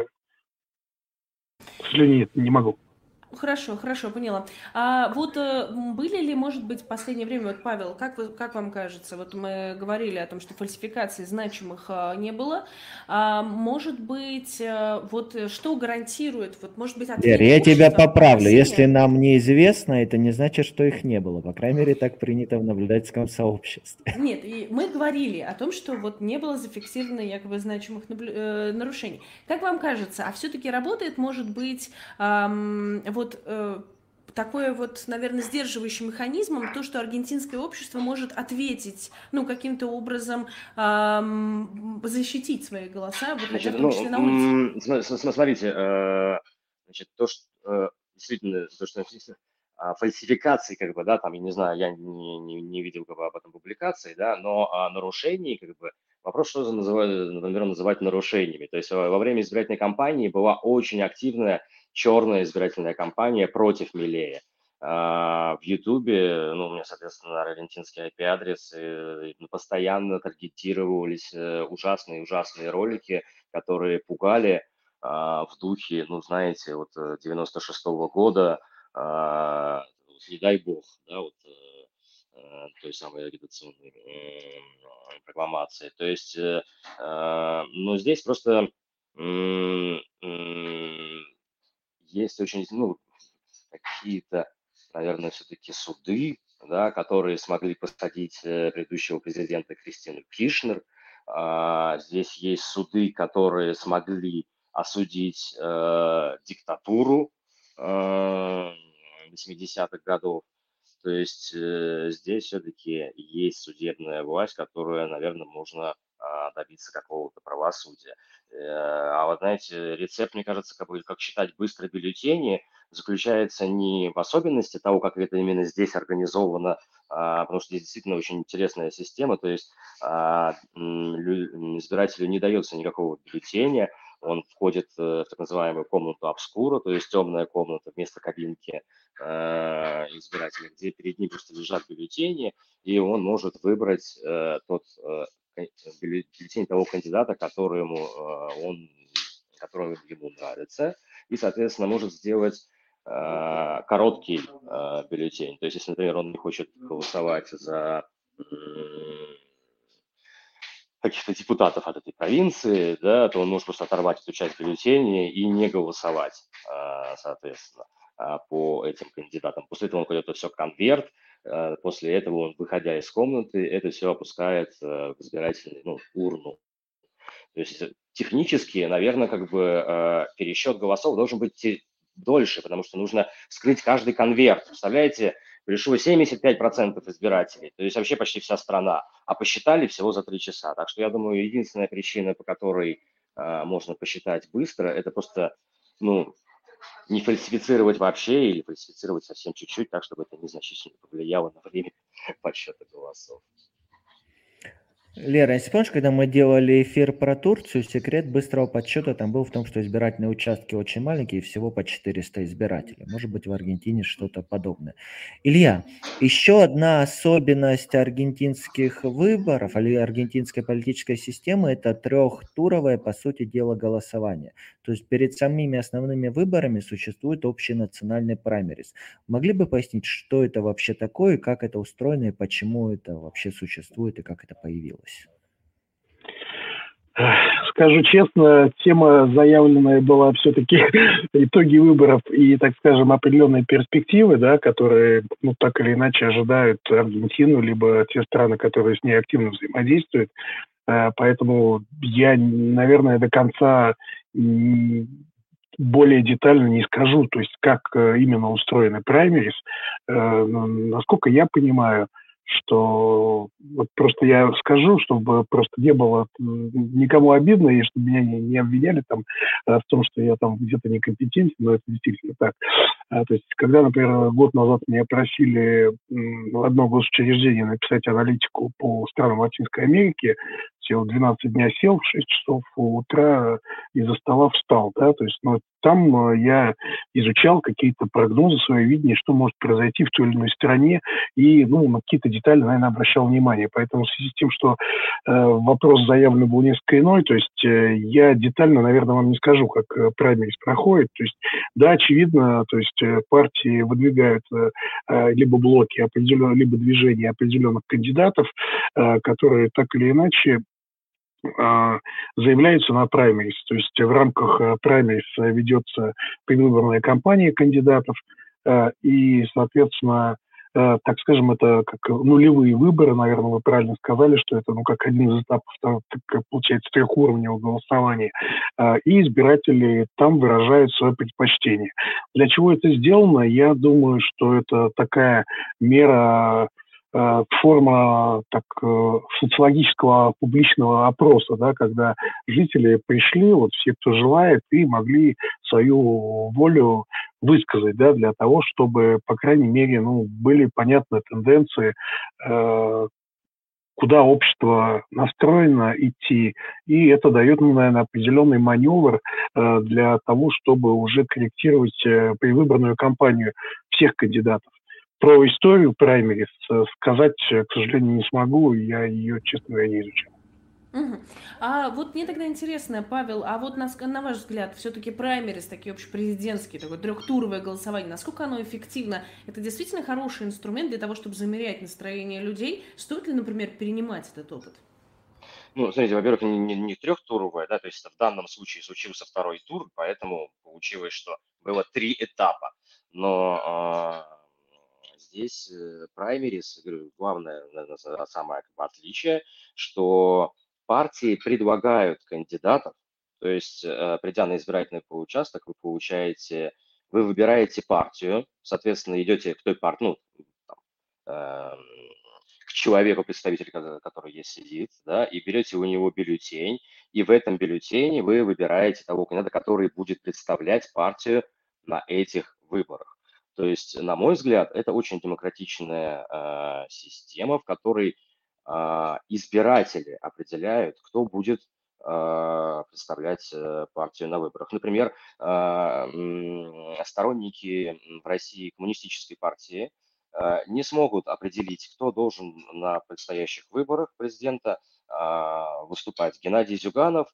К сожалению, нет, не могу. Хорошо, хорошо, поняла. А вот э, были ли, может быть, в последнее время, вот, Павел, как, вы, как вам кажется, вот мы говорили о том, что фальсификаций значимых э, не было, а, может быть, э, вот что гарантирует, вот, может быть, ответ Лер, я тебя поправлю, опасения? Если нам неизвестно, это не значит, что их не было, по крайней мере, так принято в наблюдательском сообществе. Нет, и мы говорили о том, что вот не было зафиксировано якобы значимых наблю... э, нарушений. Как вам кажется, а все-таки работает, может быть, эм, вот э, такое вот, наверное, сдерживающим механизмом то, что аргентинское общество может ответить, ну, каким-то образом эм, защитить свои голоса, вот, Значит, в том числе на улице? ну, смотрите, э, значит, то, что э, действительно, то, что а, фальсификации, как бы, да, там, я не знаю, я не, не, не видел как бы, об этом публикации, да, но а, нарушений, как бы, вопрос, что за называть, например, называть нарушениями. То есть во время избирательной кампании была очень активная черная избирательная кампания против Милея. Uh, в Ютубе, ну, у меня, соответственно, аргентинский ай пи-адрес, и постоянно таргетировались ужасные-ужасные ролики, которые пугали uh, в духе, ну, знаете, вот девяносто шестого года, uh, не дай бог, да, вот uh, той самой агитационной uh, прокламации. То есть, uh, ну, здесь просто um, um, есть очень, ну, какие-то, наверное, все-таки суды, да, которые смогли посадить предыдущего президента Кристину Киршнер. Здесь есть суды, которые смогли осудить э, диктатуру э, восьмидесятых годов. То есть э, здесь все-таки есть судебная власть, которая, наверное, можно э, добиться какого-то правосудия. Э, а вот, знаете, рецепт, мне кажется, как, бы, как считать быстро бюллетени, заключается не в особенности того, как это именно здесь организовано, а, потому что здесь действительно очень интересная система, то есть а, избирателю не дается никакого бюллетеня, он входит в так называемую комнату обскура, то есть темная комната вместо кабинки э, избирателя, где перед ним просто лежат бюллетени, и он может выбрать э, тот э, бюллетень того кандидата, которому э, он, который ему нравится, и, соответственно, может сделать э, короткий э, бюллетень. То есть, если, например, он не хочет голосовать за э, каких-то депутатов от этой провинции, да, то он может просто оторвать эту часть бюллетеней и не голосовать, э, соответственно, э, по этим кандидатам. После этого он кладет это все в конверт, э, после этого он, выходя из комнаты, это все опускает э, в избирательную, ну, урну. То есть технически, наверное, как бы э, пересчет голосов должен быть дольше, потому что нужно вскрыть каждый конверт. Представляете, пришло семьдесят пять процентов избирателей, то есть вообще почти вся страна, а посчитали всего за три часа. Так что я думаю, единственная причина, по которой э, можно посчитать быстро, это просто, ну, не фальсифицировать вообще или фальсифицировать совсем чуть-чуть, так, чтобы это незначительно повлияло на время подсчета голосов. Лера, если помнишь, когда мы делали эфир про Турцию, секрет быстрого подсчета там был в том, что избирательные участки очень маленькие, всего по четыреста избирателей. Может быть, в Аргентине что-то подобное. Илья, еще одна особенность аргентинских выборов или аргентинской политической системы – это трехтуровое, по сути дела, голосование. То есть перед самими основными выборами существует общий национальный праймериз. Могли бы пояснить, что это вообще такое, как это устроено и почему это вообще существует и как это появилось? Скажу честно, тема заявленная была все-таки итоги выборов и, так скажем, определенные перспективы, да, которые, ну, так или иначе ожидают Аргентину, либо те страны, которые с ней активно взаимодействуют. Э, Поэтому я, наверное, до конца м, более детально не скажу, то есть как э, именно устроены праймерис. Э, но Насколько я понимаю, что вот просто я скажу, чтобы просто не было м, никому обидно, и чтобы меня не, не обвиняли там э, в том, что я там где-то некомпетентен, но это действительно так. А, то есть, когда, например, год назад меня просили м, в одно госучреждение написать аналитику по странам Латинской Америки, я вот двенадцать дня сел, в шесть часов утра из-за стола встал, да, то есть, ну, там э, я изучал какие-то прогнозы, свое видение, что может произойти в той или иной стране, и, ну, на какие-то детали, наверное, обращал внимание. Поэтому в связи с тем, что э, вопрос заявленный был несколько иной, то есть э, я детально, наверное, вам не скажу, как э, праймерис проходит. То есть, да, очевидно, то есть э, партии выдвигают э, э, либо блоки определенных, либо движения определенных кандидатов, э, которые так или иначе а, заявляются на праймерис. То есть в рамках э, праймерис э, ведется предвыборная кампания кандидатов, э, и, соответственно, э, так скажем, это как нулевые выборы, наверное, вы правильно сказали, что это, ну, как один из этапов, там, как, получается, трехуровневого голосования. Э, И избиратели там выражают свое предпочтение. Для чего это сделано? Я думаю, что это такая мера, э, форма так, э, социологического публичного опроса, да, когда жители пришли, вот все, кто желает, и могли свою волю высказать, да, для того, чтобы, по крайней мере, ну, были понятны тенденции, э, куда общество настроено идти, и это дает, ну, наверное, определенный маневр э, для того, чтобы уже корректировать э, предвыборную кампанию всех кандидатов. Про историю праймерис э, сказать, э, к сожалению, не смогу, я ее, честно говоря, не изучал. Мгм. А вот мне тогда интересно, Павел, а вот на, на ваш взгляд, все-таки праймерис, такие общепрезидентские, такое трехтуровое голосование, насколько оно эффективно? Это действительно хороший инструмент для того, чтобы замерять настроение людей? Стоит ли, например, перенимать этот опыт? Ну, смотрите, во-первых, не, не, не трехтуровая, да, то есть в данном случае случился второй тур, поэтому получилось, что было три этапа. Но а, здесь э, праймерис, говорю, главное, наверное, за- самое как бы, отличие, что партии предлагают кандидатов, то есть, э, придя на избирательный участок, вы получаете, вы выбираете партию, соответственно, идете к той партии, ну, там, эм, к человеку, представителю, ко- который здесь сидит, да, и берете у него бюллетень, и в этом бюллетене вы выбираете того кандидата, который будет представлять партию на этих выборах. То есть, на мой взгляд, это очень демократичная э, система, в которой э, избиратели определяют, кто будет э, представлять э, партию на выборах. Например, э, м, сторонники м, в России коммунистической партии э, не смогут определить, кто должен на предстоящих выборах президента а, выступать, Геннадий Зюганов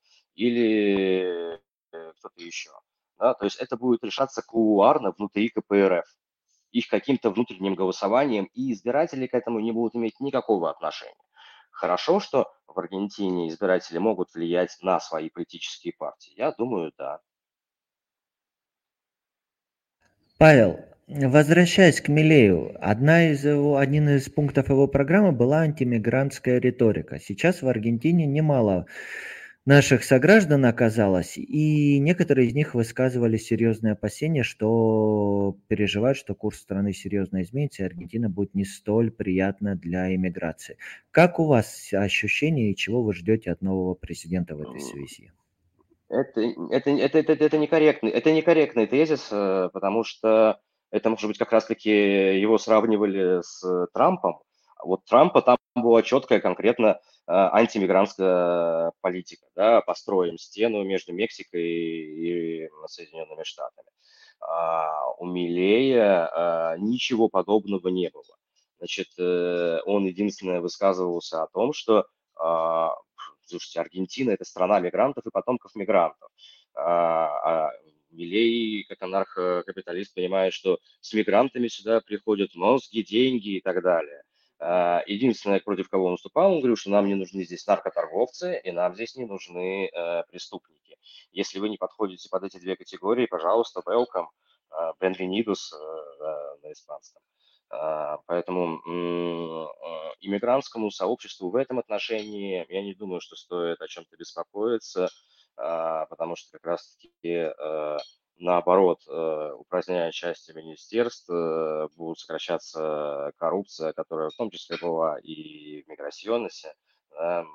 или э, кто-то еще. Да? То есть это будет решаться кулуарно внутри ка пэ эр эф, их каким-то внутренним голосованием, и избиратели к этому не будут иметь никакого отношения. Хорошо, что в Аргентине избиратели могут влиять на свои политические партии. Я думаю, да. Павел, возвращаясь к Милею, одна из его, один из пунктов его программы была антимигрантская риторика. Сейчас в Аргентине немало наших сограждан оказалось, и некоторые из них высказывали серьезные опасения, что переживают, что курс страны серьезно изменится, и Аргентина будет не столь приятна для иммиграции. Как у вас ощущения и чего вы ждете от нового президента в этой связи? Это, это, это, это, это некорректный, это некорректный тезис, э, потому что это, может быть, как раз-таки его сравнивали с Трампом. А вот Трампа там была четкая, конкретно э, антимигрантская политика, да, построим стену между Мексикой и Соединенными Штатами. А у Миллея э, ничего подобного не было. Значит, э, он единственное высказывался о том, что а, слушайте, Аргентина – это страна мигрантов и потомков мигрантов. А, а Милей, как анархокапиталист, понимает, что с мигрантами сюда приходят мозги, деньги и так далее. Э, Единственное, против кого он выступал, он говорил, что нам не нужны здесь наркоторговцы, и нам здесь не нужны э, преступники. Если вы не подходите под эти две категории, пожалуйста, welcome, э, bienvenidos э, э, на испанском. Э, Поэтому м, э, иммигрантскому сообществу в этом отношении я не думаю, что стоит о чем-то беспокоиться, э, потому что как раз-таки э, наоборот, э, упраздняя части министерств, э, будут сокращаться коррупция, которая в том числе была и в миграционности. Да.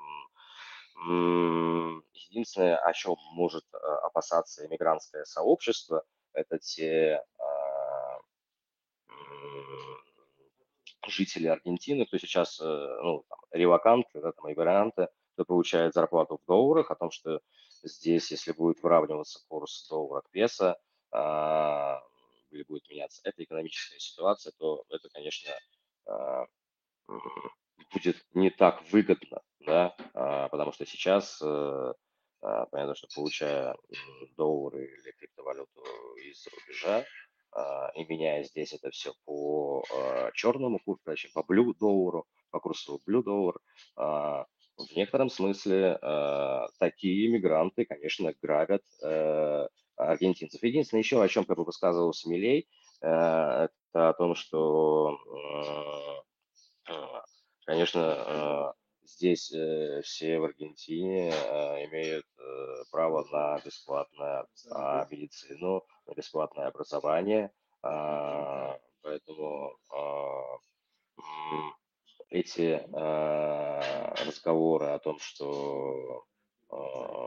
М, Единственное, о чем может э, опасаться иммигрантское сообщество, это те а, м, жители Аргентины, кто сейчас, э, ну, там, релоканты, да, там, иммигранты, кто получает зарплату в долларах, о том, что здесь, если будет выравниваться курс доллара к песо, а, или будет меняться эта экономическая ситуация, то это, конечно, а, м, будет не так выгодно, да, а, потому что сейчас, э, а, понятно, что получая м, доллары или криптовалюту из-за рубежа, а, и меняя здесь это все по а, черному курсу, точнее, по блю доллару, по курсу блю доллар, а, в некотором смысле а, такие иммигранты, конечно, грабят э, аргентинцев. Единственное, еще о чем как бы высказывался Милей, э, это о том, что э, а, конечно, а, здесь э, все в Аргентине а, имеют э, право на бесплатную а, медицину, на бесплатное образование, а, поэтому а, м, эти а, разговоры о том, что а,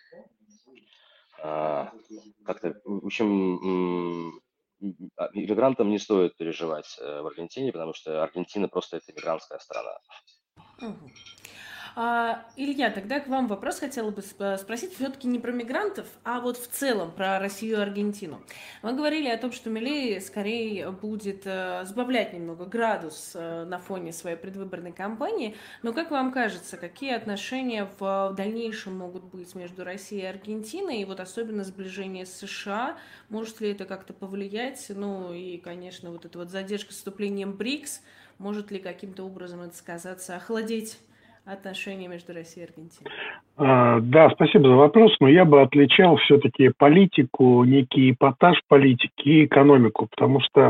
а, как-то, в общем, м, м, а, иммигрантам не стоит переживать э, в Аргентине, потому что Аргентина просто это иммигрантская страна. Мгм. А, Илья, тогда к вам вопрос хотела бы сп- спросить все-таки не про мигрантов, а вот в целом про Россию и Аргентину. Вы говорили о том, что Милей скорее будет э, сбавлять немного градус э, на фоне своей предвыборной кампании, но как вам кажется, какие отношения в, в дальнейшем могут быть между Россией и Аргентиной, и вот особенно сближение с США, может ли это как-то повлиять, ну и, конечно, вот эта вот задержка с вступлением БРИКС, может ли каким-то образом это сказаться, охладеть отношения между Россией и Аргентиной? А, Да, спасибо за вопрос, но я бы отличал все-таки политику, некий эпатаж политики и экономику, потому что,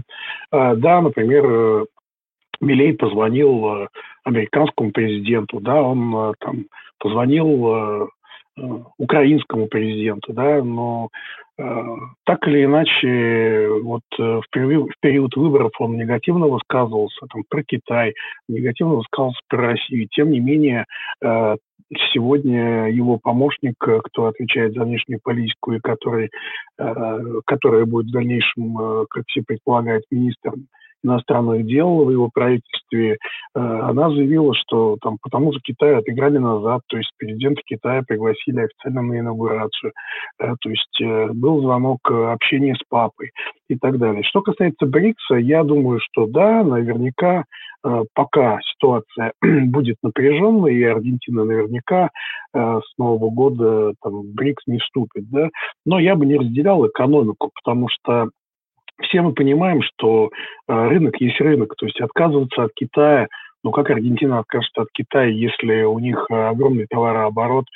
а, да, например, э, Милей позвонил э, американскому президенту, да, он э, там позвонил э, э, украинскому президенту, да, но э, так или иначе, вот э, в период, в период выборов он негативно высказывался там, про Китай, негативно высказывался про Россию. Тем не менее, э, сегодня его помощник, э, кто отвечает за внешнюю политику и который, э, который будет в дальнейшем, э, как все предполагают, министром иностранных дел в его правительстве, э, она заявила, что там потому что Китай отыграли назад, то есть президента Китая пригласили официально на инаугурацию, э, то есть э, был звонок, э, общение с папой и так далее. Что касается БРИКСа, я думаю, что да, наверняка, э, пока ситуация будет напряженной, и Аргентина наверняка э, с Нового года там, в БРИКС не вступит, да, но я бы не разделял экономику, потому что все мы понимаем, что э, рынок есть рынок, то есть отказываться от Китая, ну как Аргентина откажется от Китая, если у них э, огромный товарооборот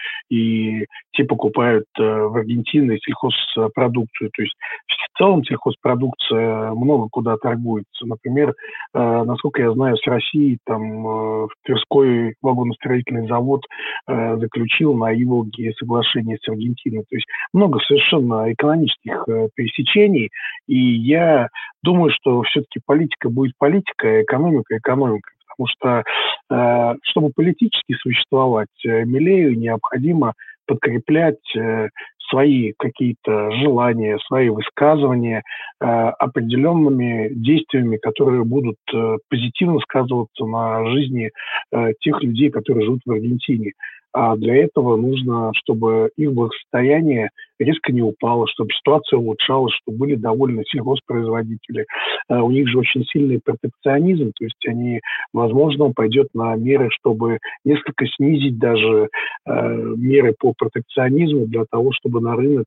и те покупают э, в Аргентине сельхозпродукцию, то есть в целом сельхозпродукция много куда торгуется. Например, э, насколько я знаю, с Россией там э, Тверской вагоностроительный завод э, заключил на Иволге соглашение с Аргентиной. То есть много совершенно экономических э, пересечений, и я думаю, что все-таки политика будет политика, а экономика экономика. Потому что, э, чтобы политически существовать, э, Милею необходимо подкреплять э, свои какие-то желания, свои высказывания э, определенными действиями, которые будут э, позитивно сказываться на жизни э, тех людей, которые живут в Аргентине. А для этого нужно, чтобы их благосостояние резко не упало, чтобы ситуация улучшалась, чтобы были довольны сельхозпроизводители. Э, У них же очень сильный протекционизм, то есть они, возможно, он пойдет на меры, чтобы несколько снизить даже э, меры по протекционизму для того, чтобы на рынок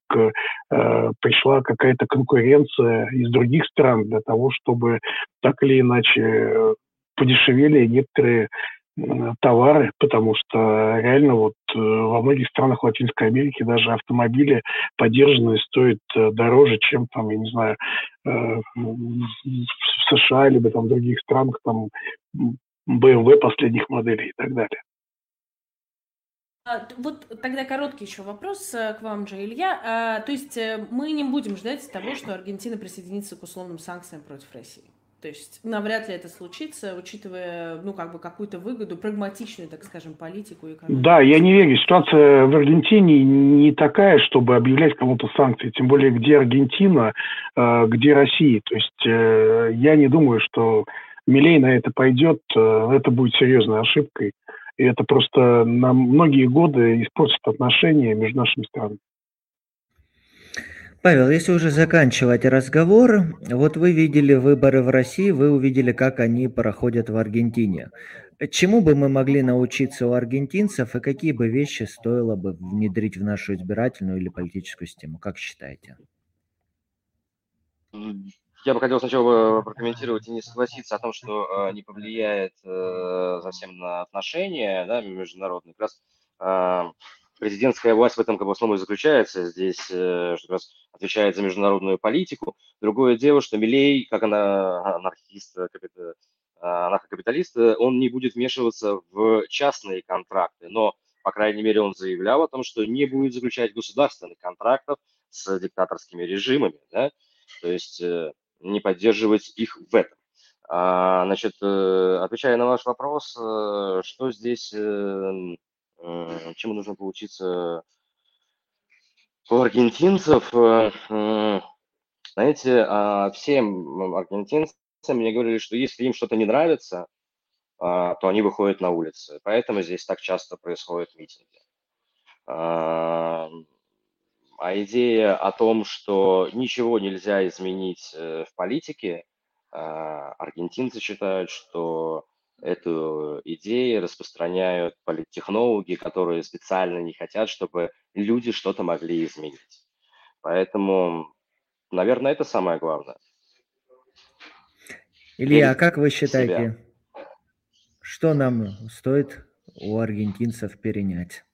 э, пришла какая-то конкуренция из других стран, для того, чтобы так или иначе подешевели некоторые товары, потому что реально вот во многих странах Латинской Америки даже автомобили подержанные стоят дороже, чем там, я не знаю, в США либо там в других странах, там бэ эм вэ последних моделей и так далее. А, Вот тогда короткий еще вопрос э, к вам же, Илья. А, То есть э, мы не будем ждать того, что Аргентина присоединится к условным санкциям против России. То есть навряд ли это случится, учитывая, ну, как бы какую-то выгоду, прагматичную, так скажем, политику и экономику. Да, я не верю. Ситуация в Аргентине не такая, чтобы объявлять кому-то санкции. Тем более, где Аргентина, э, где Россия. То есть э, я не думаю, что Милей на это пойдет. Э, Это будет серьезной ошибкой. И это просто на многие годы испортит отношения между нашими странами. Павел, если уже заканчивать разговор, вот вы видели выборы в России, вы увидели, как они проходят в Аргентине. Чему бы мы могли научиться у аргентинцев и какие бы вещи стоило бы внедрить в нашу избирательную или политическую систему? Как считаете? Я бы хотел сначала прокомментировать и не согласиться о том, что э, не повлияет э, совсем на отношения, да, международные. Как раз э, президентская власть в этом как бы основном и заключается здесь, э, что как раз отвечает за международную политику. Другое дело, что Милей, как она анархист, капита- анархокапиталист, э, он не будет вмешиваться в частные контракты, но, по крайней мере, он заявлял о том, что не будет заключать государственных контрактов с диктаторскими режимами, да, то есть э, не поддерживать их в этом. А, значит, э, отвечая на ваш вопрос, э, что здесь, э, э, чему нужно поучиться у аргентинцев, э, э, знаете, а, всем аргентинцам мне говорили, что если им что-то не нравится, а, то они выходят на улицы. Поэтому здесь так часто происходят митинги. А, а идея о том, что ничего нельзя изменить э, в политике, а, аргентинцы считают, что эту идею распространяют политтехнологи, которые специально не хотят, чтобы люди что-то могли изменить. Поэтому, наверное, это самое главное. Илья, а Верить как вы в себя. считаете, что нам стоит у аргентинцев перенять?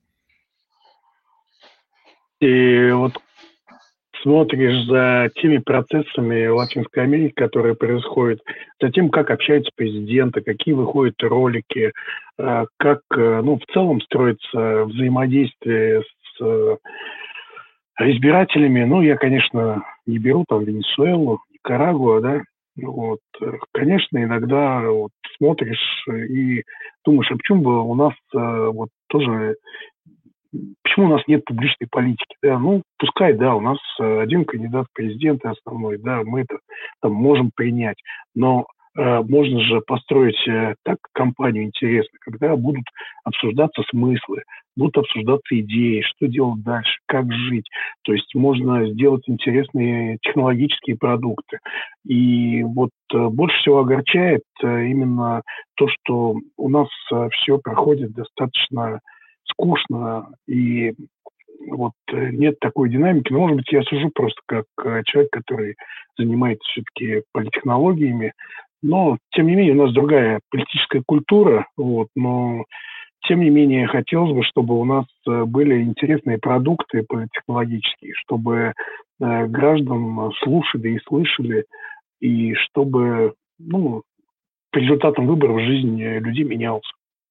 И вот смотришь за теми процессами в Латинской Америке, которые происходят, за тем, как общаются президенты, какие выходят ролики, э, как, э, ну, в целом строится взаимодействие с э, избирателями. Ну, я, конечно, не беру там Венесуэлу, Никарагуа, да. Вот. э, Конечно, иногда вот смотришь э, и думаешь, а почему бы у нас э, вот тоже почему у нас нет публичной политики? Да, ну, пускай, да, у нас э, один кандидат в президенты основной, да, мы это там можем принять, но э, можно же построить э, так кампанию интересно, когда будут обсуждаться смыслы, будут обсуждаться идеи, что делать дальше, как жить. То есть можно сделать интересные технологические продукты. И вот э, больше всего огорчает э, именно то, что у нас э, все проходит достаточно скучно, и вот э, нет такой динамики. Но, может быть, я сужу просто как э, человек, который занимается все-таки политтехнологиями. Но, тем не менее, у нас другая политическая культура. Вот, но, тем не менее, хотелось бы, чтобы у нас э, были интересные продукты политтехнологические, чтобы э, граждан слушали и слышали, и чтобы, ну, по результатам выборов жизнь э, людей менялась.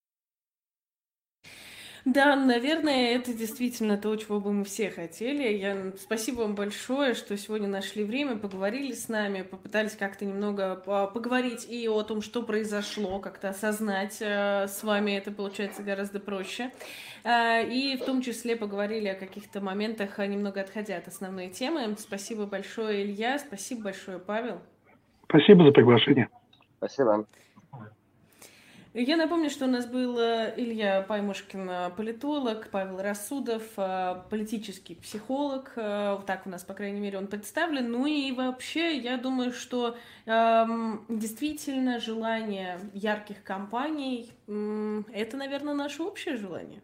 Да, наверное, это действительно то, чего бы мы все хотели. Я... Спасибо вам большое, что сегодня нашли время, поговорили с нами, попытались как-то немного по- поговорить и о том, что произошло, как-то осознать э, с вами это получается гораздо проще. Э, И в том числе поговорили о каких-то моментах, э, немного отходя от основной темы. Спасибо большое, Илья, спасибо большое, Павел. Спасибо за приглашение. Спасибо. Я напомню, что у нас был э, Илья Паймушкин, э, политолог, Павел Рассудов, э, политический психолог. э, Вот так у нас, по крайней мере, он представлен. Ну и вообще, я думаю, что эм, действительно желание ярких кампаний м, это, наверное, наше общее желание.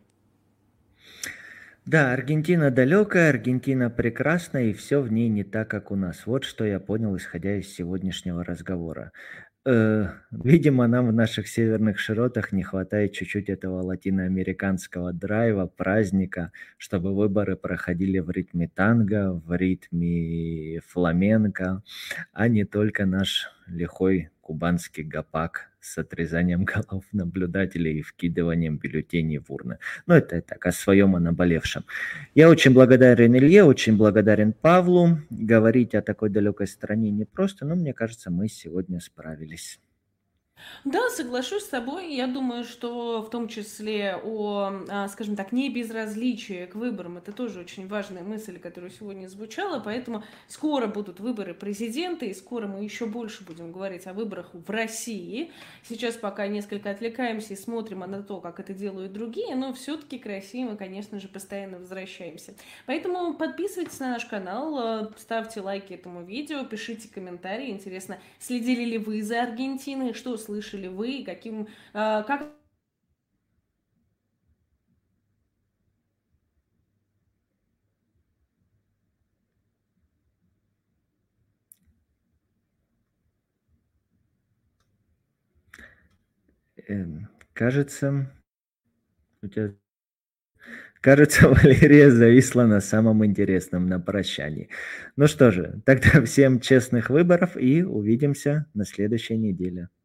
Да, Аргентина далекая, Аргентина прекрасная, и все в ней не так, как у нас. Вот что я понял, исходя из сегодняшнего разговора. Э, видимо, нам в наших северных широтах не хватает чуть-чуть этого латиноамериканского драйва, праздника, чтобы выборы проходили в ритме танго, в ритме фламенко, а не только наш лихой кубанский гопак с отрезанием голов наблюдателей и вкидыванием бюллетеней в урны. Ну, это так, о своем, о наболевшем. Я очень благодарен Илье, очень благодарен Павлу. Говорить о такой далекой стране непросто, но мне кажется, мы сегодня справились. Да, соглашусь с тобой. Я думаю, что в том числе о, а, скажем так, небезразличии к выборам, это тоже очень важная мысль, которая сегодня звучала, поэтому скоро будут выборы президента, и скоро мы еще больше будем говорить о выборах в России. Сейчас пока несколько отвлекаемся и смотрим на то, как это делают другие, но все-таки к России мы, конечно же, постоянно возвращаемся. Поэтому подписывайтесь на наш канал, ставьте лайки этому видео, пишите комментарии. Интересно, следили ли вы за Аргентиной, что слышали вы, каким, э, как Эм, кажется, у тебя... Кажется, Валерия зависла на самом интересном, на прощании. Ну что же, тогда всем честных выборов и увидимся на следующей неделе.